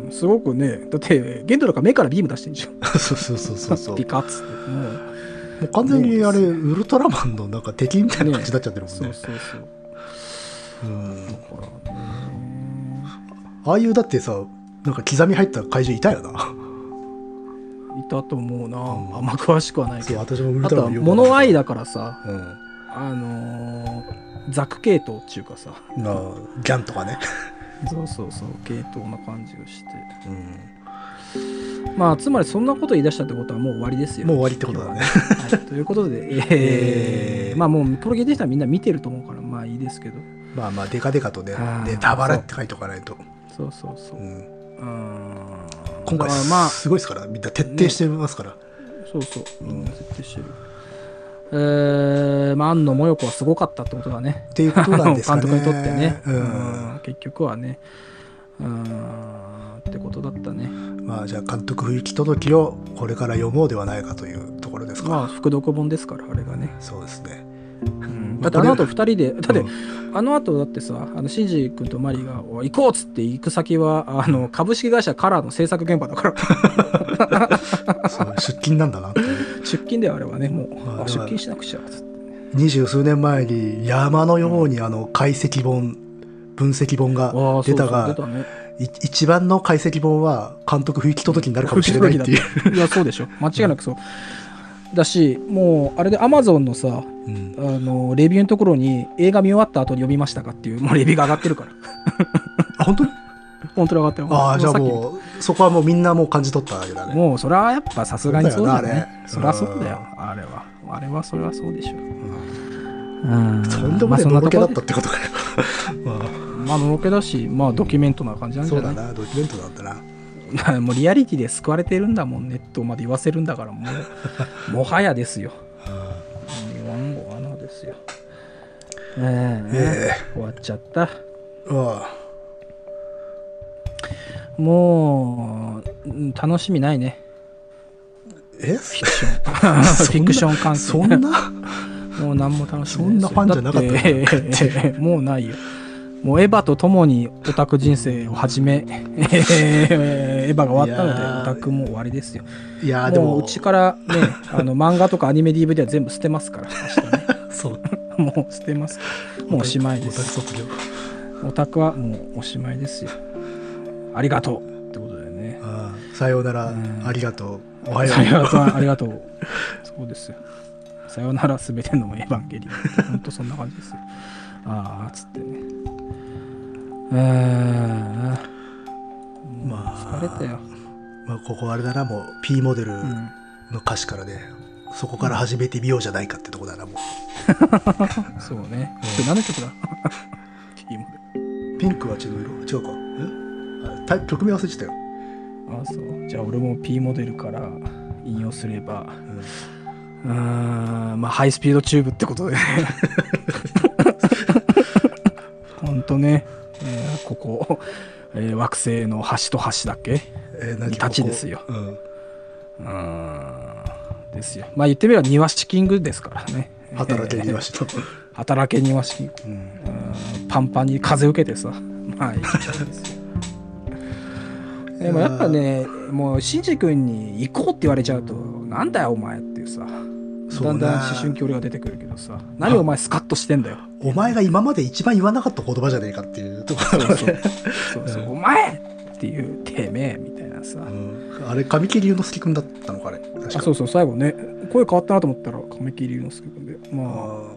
すごくね、だってゲンドラが目からビーム出してんじゃん。 そうそうそうそうそう。 ピカッつってもう。 もう完全にあれウルトラマンのなんか敵みたいな感じになっちゃってるもんね。 ね、そうそうそう。うん。だからね。 ああいうだってさ、なんか刻み入った怪獣いたよな。 いたと思うな。うん、あんま詳しくはないけど。 そう、私もウルトラマン。 あとは物愛だからさ、 うん、 あのー、ザク系統っていうかさ、 ギャンとかね。 そうそうそう、系統な感じがして。うん、まあつまりそんなこと言い出したってことはもう終わりですよ。 もう終わりってことだね。 はい、ということで、えー、まあもうプロゲーでしたらみんな見てると思うからまあいいですけど。 まあまあデカデカとね、ネタバレって書いておかないと。 そうそうそう。うん、 今回まあすごいですから、みんな徹底してますから。ね、 そうそう、みんな徹底してる。えー、まあ庵野もよこはすごかったってことだね。 っていうことなんですかね。 監督にとってね、 うん、 うん、結局はね、うんってことだったね。 まあじゃあ監督不行き届きをこれから読もうではないかというところですか。 まあ副読本ですからあれがね。 そうですね。 うん、だってあの後ふたりで、だって、うん、あの後だってさ、あのシンジ君とマリが行こうっつって行く先はあの株式会社カラーの制作現場だから。 そう出勤なんだなっていう。 出勤だよあれはね、もう、まあ、出勤しなくちゃっつって。 二十数年前に山のようにあの解析本、分析本が出たが、うんね、一番の解析本は監督不行き届きになるかもしれないっていう。 いやそうでしょ、間違いなくそう。だし、もうあれでアマゾンのさ、うん、あのレビューのところに映画見終わった後に読みましたかっていうもうレビューが上がってるから。 あ本当に？ 本当に上がってる。 ああじゃあもうそこはもうみんなもう感じ取ったわけだね。 もうそれはやっぱさすがにそうだよね。そりゃそうだよあれは。あれはそれはそうでしょう。 うん。とんでもないのろけだったってことかよ。 まあまあのろけだし、まあドキュメントな感じなんじゃない？ そうだな、ドキュメントだったな。 もうリアリティで救われてるんだもん、ネットまで言わせるんだから、もうもはやですよ。言わんごわなですよ。えー、えー、終わっちゃった。 あもう楽しみないね。 えフィクションフィクション関係そんなもう何も楽しみないですよ。そんなファンじゃなかったのかもうないよ。もうエヴァと共にオタク人生を始め、エヴァが終わったのでオタクも終わりですよ。 いやでももううちからね、あの漫画とかアニメ ディーブイディー は全部捨てますから明日ね。 そうもう捨てます。もうおしまいです。 オタク卒業。 オタクはもうおしまいですよ。ありがとうってことだよね。 ああさようなら、うん、ありがとう。おはよう。 さようならありがとう。そうですよ。さようならすべてのエヴァンゲリオン。本当そんな感じですよ。ああつってね。えー、まあ疲れたよ。 まあここあれだな、もう P モデルの歌詞からね、うん、そこから始めてみようじゃないかってとこだなもう。 そうね。それ何の曲だ？ P モデル。ピンクは血の色違うか。え？あ、曲名忘れてたよ。 ああそう。じゃあ俺も P モデルから引用すれば、うん、うーんまあハイスピードチューブってことでね。ほんとね。えー、ここ、えー、惑星の端と端だっけ、えー、何立ちですよ。うん、うーんですよ。まあ言ってみれば庭師キングですからね。 働け庭師と、 えー、 働けにわし、 うん、 パンパンに風受けてさ、まあいいんですよ。でもやっぱね、もうシンジ君に行こうって言われちゃうと、なんだよお前っていうさ、だんだん思春期俺が出てくるけどさ、何お前スカッとしてんだよ。 お前が今まで一番言わなかった言葉じゃねえかっていうところだからね。 そうそう、お前っていうてめえみたいなさ、うん、 あれ神木隆之介君だったのかね。確かあ、そうそう、最後ね声変わったなと思ったら神木隆之介君で、まあ、あ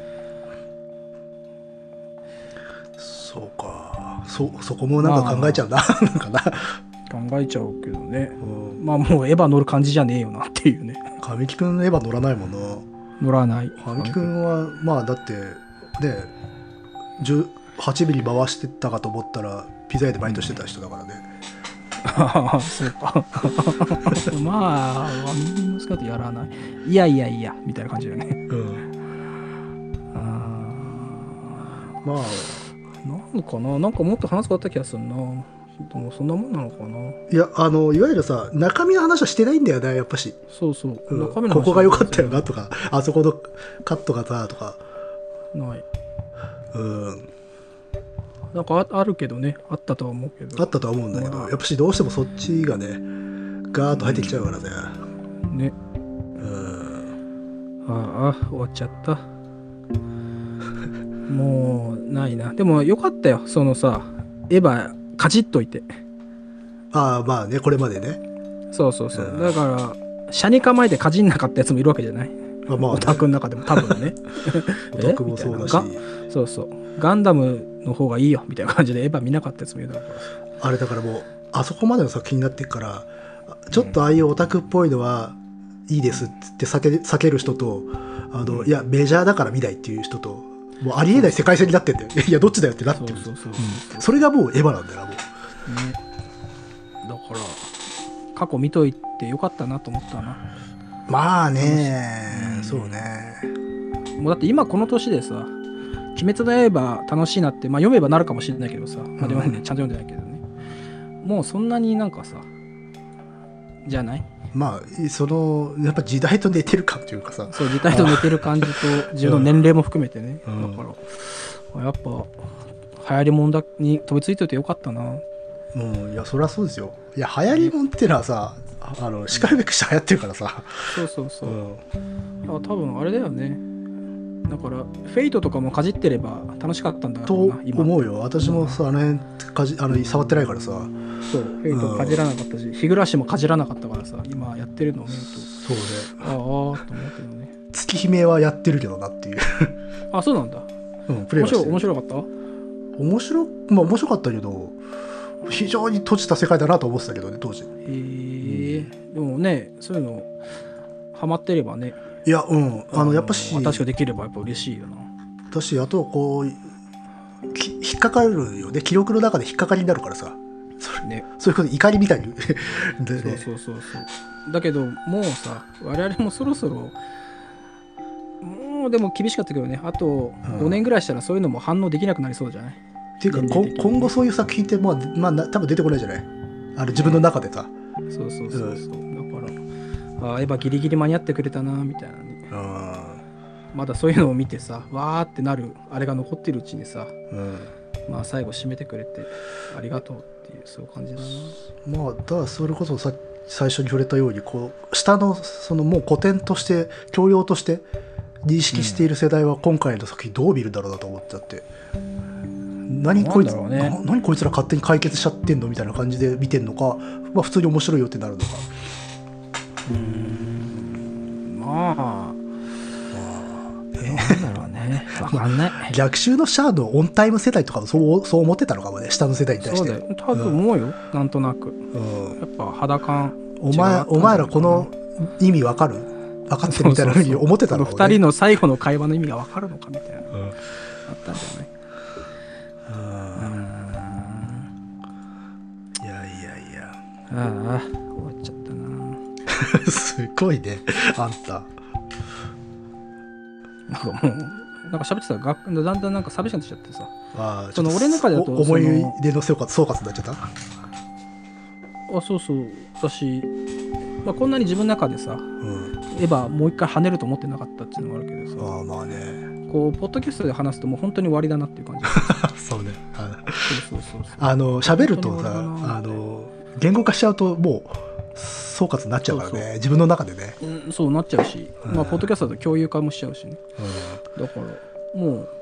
そうか、そそこもなんか考えちゃうな、まあ、なんかな考えちゃうけどね、うん、まあもうエヴァ乗る感じじゃねえよなっていうね。 神木君のエヴァ乗らないもんな。 乗らない。 神木君はまあだってねじゅうはちミリ回してたかと思ったらピザ屋でバイトしてた人だからね。 ああ、そうか。まあワンミリのスカートやらない。いやいやいやみたいな感じだよね。うん。あまあなんかな、なんかもっと話すかあった気がするな。でもそんなもんなのかな。 いや、あのいわゆるさ中身の話はしてないんだよねやっぱし。 そうそう、 うん、中身の話ここが良かったよなとか、あそこのカットがさとかない。 うん。 なんか あ, あるけどね、あったとは思うけど。 あったとは思うんだけど、まあ、やっぱしどうしてもそっちがねガーッと入ってきちゃうからね。 うん、ね。うん。ああ終わっちゃった。もうないな。でもよかったよ、そのさエヴァかじっといて。 ああまあね、これまでね。 そうそうそう、うん、だから車に構えてかじんなかったやつもいるわけじゃない。あ、まあね、オタクの中でも多分ねオタクもそうだしそうそうガンダムの方がいいよみたいな感じでエヴァ見なかったやつもいるだろうから。 あれだからもうあそこまでの作品になってるからちょっとああいうオタクっぽいのはいいですって避け、避ける人と、あの、うん、いやメジャーだから見ないっていう人と、もうありえない世界線になってんだよ。いやどっちだよってなってる。それがもうエヴァなんだよなもう、ね、 だから過去見といてよかったなと思ったな。 まあね、うん、そうね。 もうだって今この年でさ鬼滅の刃楽しいなって、まあ、読めばなるかもしれないけどさ、まあ、でもね、ちゃんと読んでないけどね、もうそんなになんかさじゃない。 まあそのやっぱ時代と寝てる感というかさ、 そう時代と寝てる感じと自分の年齢も含めてね、うん、だからやっぱ流行りもんだに飛びついておいてよかったな。 うん、いやそりゃそうですよ。いや流行りもんってのはさ、あのしかるべくして流行ってるからさ。 そうそうそう、うん、多分あれだよね。だからフェイトとかもかじってれば楽しかったんだろうな。 と思うよ。私もさ、あの辺かじあの触ってないからさ。 そうフェイトかじらなかったし、日暮らしもかじらなかったからさ、今やってるのを見るとそうね、 ああと思うけどね。 月姫はやってるけどなっていうあ、そうなんだ。 うん、プレイはしてる。 面白かった。 面白まあ面白かったけど非常に閉じた世界だなと思ってたけどね当時。へえ、うん、でもねそういうのハマってればね。 いやうんあのやっぱし新しくできればやっぱ嬉しいよな。 私あとこう引っかかるよね、記録の中で引っかかりになるからさ。それ、ね、そういうこと怒りみたいにで、ね、 そうそうそうそうだけどもうさ我々もそろそろもうでも厳しかったけどね、あとごねんぐらいしたらそういうのも反応できなくなりそうじゃない、うん、 っていうか今後そういう作品ってまあ、まあ、多分出てこないじゃない、あれ自分の中でさ、 ね、そうそうそうそう、うん、だからあエヴァギリギリ間に合ってくれたなみたいなね。あまだそういうのを見てさわーってなるあれが残ってるうちにさ、うん、まあ最後締めてくれてありがとうっていうそういう感じだな。 まあだからそれこそさ最初に触れたようにこう下のそのもう古典として教養として認識している世代は今回の作品どう見るんだろうなと思っちゃって、うん、何こいつ、ね、な何こいつら勝手に解決しちゃってんのみたいな感じで見てんのか、まあ、普通に面白いよってなるのか。 うーんまあなんだろうね、分かんない。 逆襲のシャアのオンタイム世代とかもそうそう思ってたのかもね、下の世代に対して。 そうだよ多分思うよ、うん、なんとなく、うん、やっぱ肌感お前お前らこの意味分かる分かってるみたいなふうに思ってたのかもね。 ふたりの最後の会話の意味が分かるのかみたいな、うん、あったんじゃない。 いやいやいやああ終わっちゃったなすごいねあんたなんかもうなんか喋ってたらだんだんなんか寂しくなってきちゃってさ、 あその俺の中でだと思い出の総括総括になっちゃった。あそうそう私、まあ、こんなに自分の中でさ、うん、エヴァもう一回跳ねると思ってなかったっていうのもあるけどさ、 あまあねこうポッドキャストで話すともう本当に終わりだなっていう感じそうね。あそうそうそうそうあの喋るとさ、 本当に終わりだなあの言語化しちゃうともう総括になっちゃうからね。 そうそう自分の中でね。 うん、そうなっちゃうし、 うんまあポッドキャストだと共有化もしちゃうしね。 うだからもう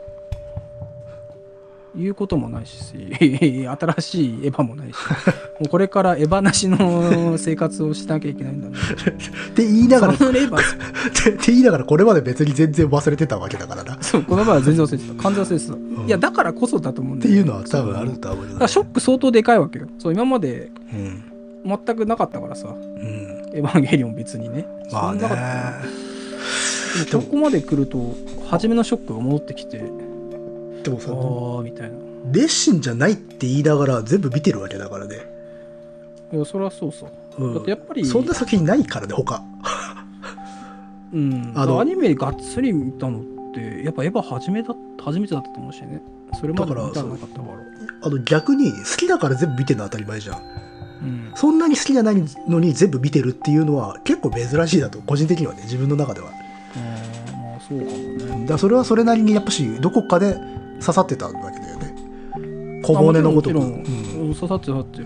言うこともないし新しいエヴァもないしもうこれからエヴァなしの生活をしなきゃいけないんだねって言いながら、 そのエヴァってって言いながらこれまで別に全然忘れてたわけだからな。っそうこの前は全然忘れてた完全忘れてた、うん、いやだからこそだと思うんだよ、ね、 ていうのは多分あるとは思うけどね。 だからショック相当でかいわけよ。そう今までうん。 全くなかったからさ、 うん。 エヴァンゲリオン別にね。 まあねそんなかったでもここまで来ると初めのショックが戻ってきて、 でもさ、 あーみたいな。 熱心じゃないって言いながら全部見てるわけだからね。 いやそれはそうさ、 うん、 だってやっぱりそんな作品ないからね他。 うんあのアニメがっつり見たのってやっぱエヴァ初めだ初めてだったと思うしね。それまで見たのなかったから。 あの逆に好きだから全部見てるのは当たり前じゃん。 うん、 そんなに好きじゃないのに全部見てるっていうのは結構珍しいだと個人的にはね、自分の中では。 あまあそうかもね。 だからそれはそれなりにやっぱしどこかで刺さってたわけだよね。小骨のごとく。 もちろんもちろん、 うん、 刺さって刺さってる。 うん、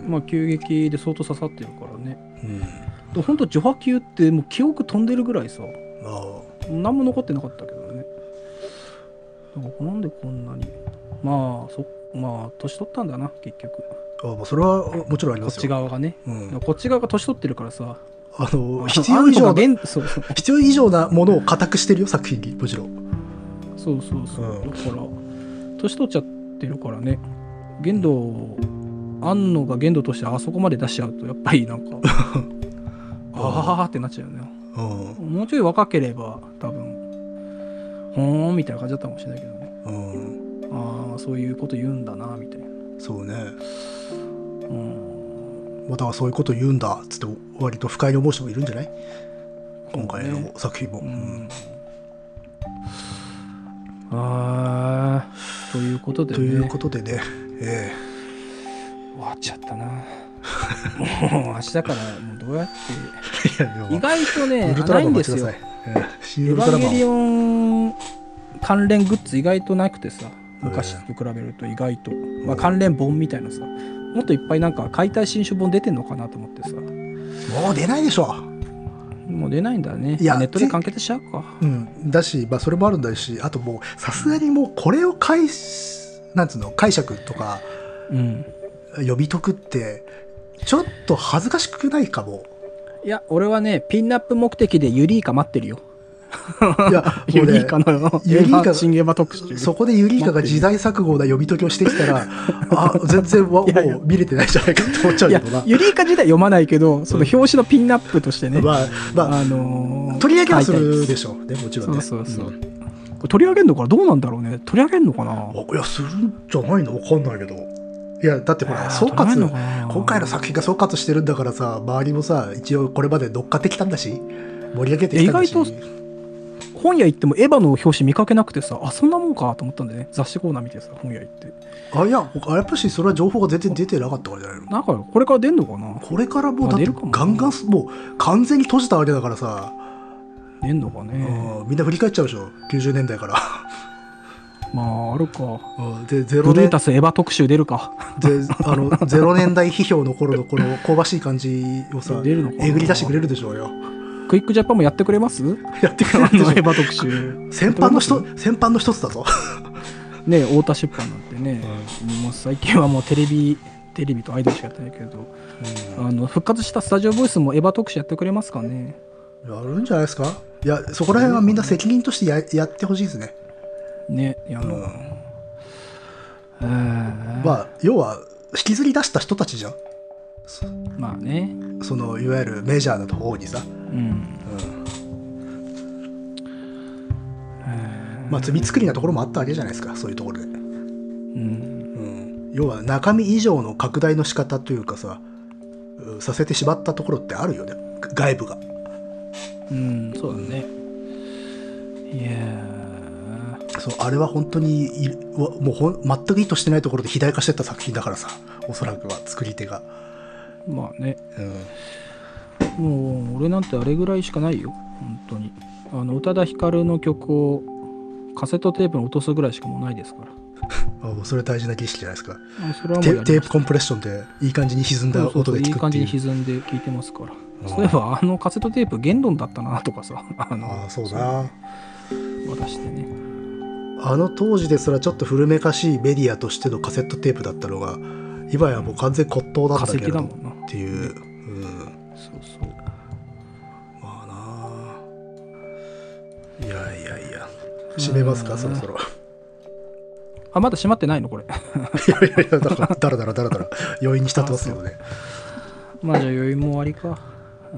まあ急激で相当刺さってるからね。 うん、 でほんと序波級ってもう記憶飛んでるぐらいさ、 あ何も残ってなかったけどね。なんかなんでこんなにまあそまあ年取ったんだな結局。 あ、もうそれはもちろんありこっますよ。 ち側がね、 うん、 こっち側が年取ってるからさ、 あのあ必要以上あんのなが現そうそう必要以上なものを固くしてるよ作品にもちろん。 そうそうそう、 うんだから年取っちゃってるからね、限度あんのが限度としてあそこまで出しちゃうとやっぱりなんかああってなっちゃうよね。 うん、 もうちょい若ければ多分ほーんみたいな感じだったかもしれないけどね。 うん、 ああそういうこと言うんだなみたいな。 そうね。 うん、 またはそういうこと言うんだっつって割と不快に思う人もいるんじゃない？今回の作品も。 うんうんあーということでね。 ということでね、え終わっちゃったな。もう明日からもうどうやっえいやでもて意外とねウルトラマンないんですよ。 待ちなさい。ええシン・エヴウルトラマンァンゲリオン関連グッズ意外となくてさ、昔と比べると意外と、まあ、関連本みたいなさ、もっといっぱいなんか解体新書本出てんのかなと思ってさ。 もう出ないでしょ。 もう出ないんだね。 いやネットで完結しちゃうか。 うん、だし、まあ、それもあるんだし、あともうさすがにもうこれを解なんつうの解釈とかうん。 読み解くってちょっと恥ずかしくないかも。 いや俺はねピンナップ目的でユリイカ待ってるよ。 いやユリイカのユリイカ新エヴァ特集。 そこでユリイカが時代錯誤な読み解きをしてきたらあ全然わいやいやもう見れてないじゃないかって思っちゃういやけどな。 ユリイカ自体読まないけど、その表紙のピンナップとしてね、 まあまあ、 あのー取り上げはするでしょうね、もちろんね。 そうそうそう、 んこれ取り上げるのかな、どうなんだろうね、取り上げるのかな。 いやするんじゃないの、わかんないけど。いやだってほら総取り上げるのか括な今回の作品が総括してるんだからさ、周りもさ一応これまで乗っかってきたんだし盛り上げてきたんだし。 意外と本屋行ってもエヴァの表紙見かけなくてさ、あそんなもんかと思ったんでね、雑誌コーナー見てさ、本屋行って、 あいややっぱしそれは情報が全然出てなかったからじゃないの。 なんかこれから出んのかな。 これからもうだってあ出るかもガンガンもう完全に閉じたわけだからさ、 出んのかね。 うんみんな振り返っちゃうでしょきゅうじゅうねんだいから。 まああるか。 うんでゼロブルー年タスエヴァ特集出るか。 であのゼロねんだい批評の頃のこの香ばしい感じをさ出るのかなえぐり出してくれるでしょうよ。 クイックジャパンもやってくれます？ やってくれあるでしょのエヴァ特集。 先般の人先般の一つだぞ。 ね、太田出版なんてね、もう最近はもうテレビテレビとアイドルしかやってないけど、あの復活したスタジオボイスもエヴァ特集やってくれますかね。 やるんじゃないですか。いやそこら辺はみんな責任としてややってほしいですね。 ね、あの、 うんえーまあ要は引きずり出した人たちじゃん。 まあね、 そのいわゆるメジャーな方にさ、 うん、 うんえーまあ罪作りなところもあったわけじゃないですか、そういうところで。 うん、 うん要は中身以上の拡大の仕方というかさ、うんさせてしまったところってあるよね、外部が。 うん、そうだね。いやそうあれは本当にいわもうほん全く意図してないところで肥大化してった作品だからさ、おそらくは作り手が。 ー、まあね、 うんもう俺なんてあれぐらいしかないよ、本当に。あの宇多田ヒカルの曲をカセットテープの落とすぐらいしかもうないですから。 あ、もうそれ大事な儀式じゃないですか。 それはもうテープコンプレッションでいい感じに歪んだ音で聞くっていう。 そうそうそう、いい感じに歪んで聞いてますから。そういえばあのカセットテープ言論だったなとかさ、あのあ、そうだ、 渡してね。 あの当時ですらちょっと古めかしいメディアとしてのカセットテープだったのが、今やもう完全骨董だったけれどっていう、うん、そうそう、まあな、いやいやいや、閉めますかそろそろ。 あ、まだ閉まってないのこれ。 いやいやいや、だからだらだらだらだら余韻に浸ってますけどね。 まあじゃあ余韻も終わりか。うん、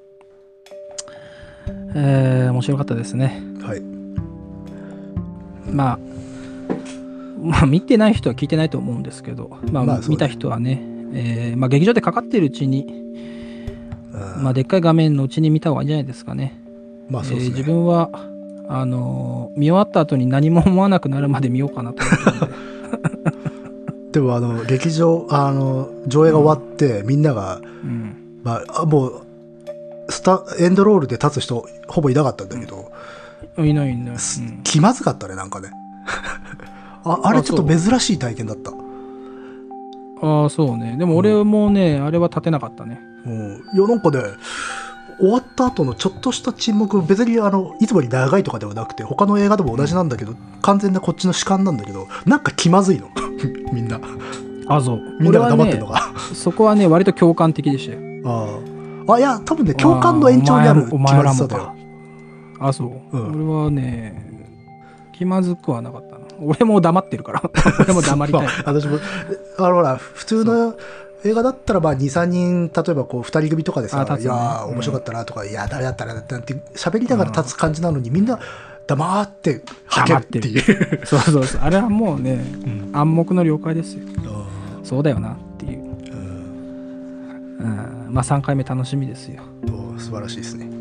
えー、面白かったですね。 はい。 まあ、まあ見てない人は聞いてないと思うんですけど、まあ、まあ見た人はね、えーまあ、劇場でかかってるうちに、まあ、でっかい画面のうちに見た方がいいんじゃないですかね。 まあそうですね。 えー、自分はあのー、見終わった後に何も思わなくなるまで見ようかなと思ってるんで。 でもあの劇場あの上映が終わって、うん、みんなが、うんまあ、もうスタエンドロールで立つ人ほぼいなかったんだけど、 うん、いないいない、うん、 気まずかったねなんかね。あ, あれちょっと珍しい体験だった。 ああそうね。でも俺もね、うん、あれは立てなかったね。 うん、いやなんかね終わった後のちょっとした沈黙、別にあのいつもより長いとかではなくて他の映画でも同じなんだけど、完全なこっちの主観なんだけど、なんか気まずいのみんな。 あ、そう。 みんなが黙ってんのが、 ね、そこはね割と共感的でしたよ。 ああ、いや多分ね共感の延長にある気まずさだよ。 あ、そう、うん、俺はね気まずくはなかったな。俺も黙ってるから俺も黙りたい。 私もあのほら普通の映画だったらまあ にさんにん例えばこうふたり組とかでさ、ね、いや面白かったなとか、うん、いや誰だったらなんて喋りながら立つ感じなのに、みんな黙ってはけるっていうそうそうそう、あれはもうね、うん、暗黙の了解ですよ。そうだよなっていう、うんうん、まあさんかいめ楽しみですよ。 お素晴らしいですね。うん、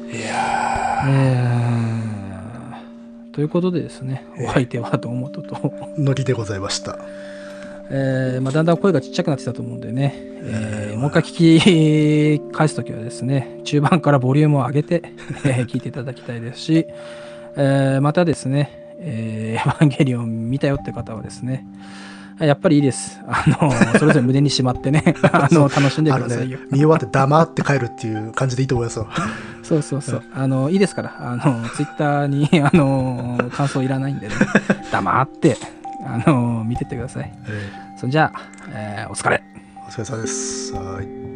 いやー、えー、ということでですね、お相手は堂本とのりでございました。 えーまあ、だんだん声がちっちゃくなってたと思うんでね、えー、もう一回聞き返すときはですね、中盤からボリュームを上げて、えー、聞いていただきたいですし、えー、またですね、えー、エヴァンゲリオン見たよって方はですね、やっぱりいいです。あのそれぞれ胸にしまってねあの楽しんでくださいよ。 ね、見終わって黙って帰るっていう感じでいいと思いますよ。 そうそうそう、あのいいですから、あのツイッターにあの感想いらないんでね、黙ってあの見てってください。えー、それじゃあ、えー、お疲れ。 お疲れ様です。はい。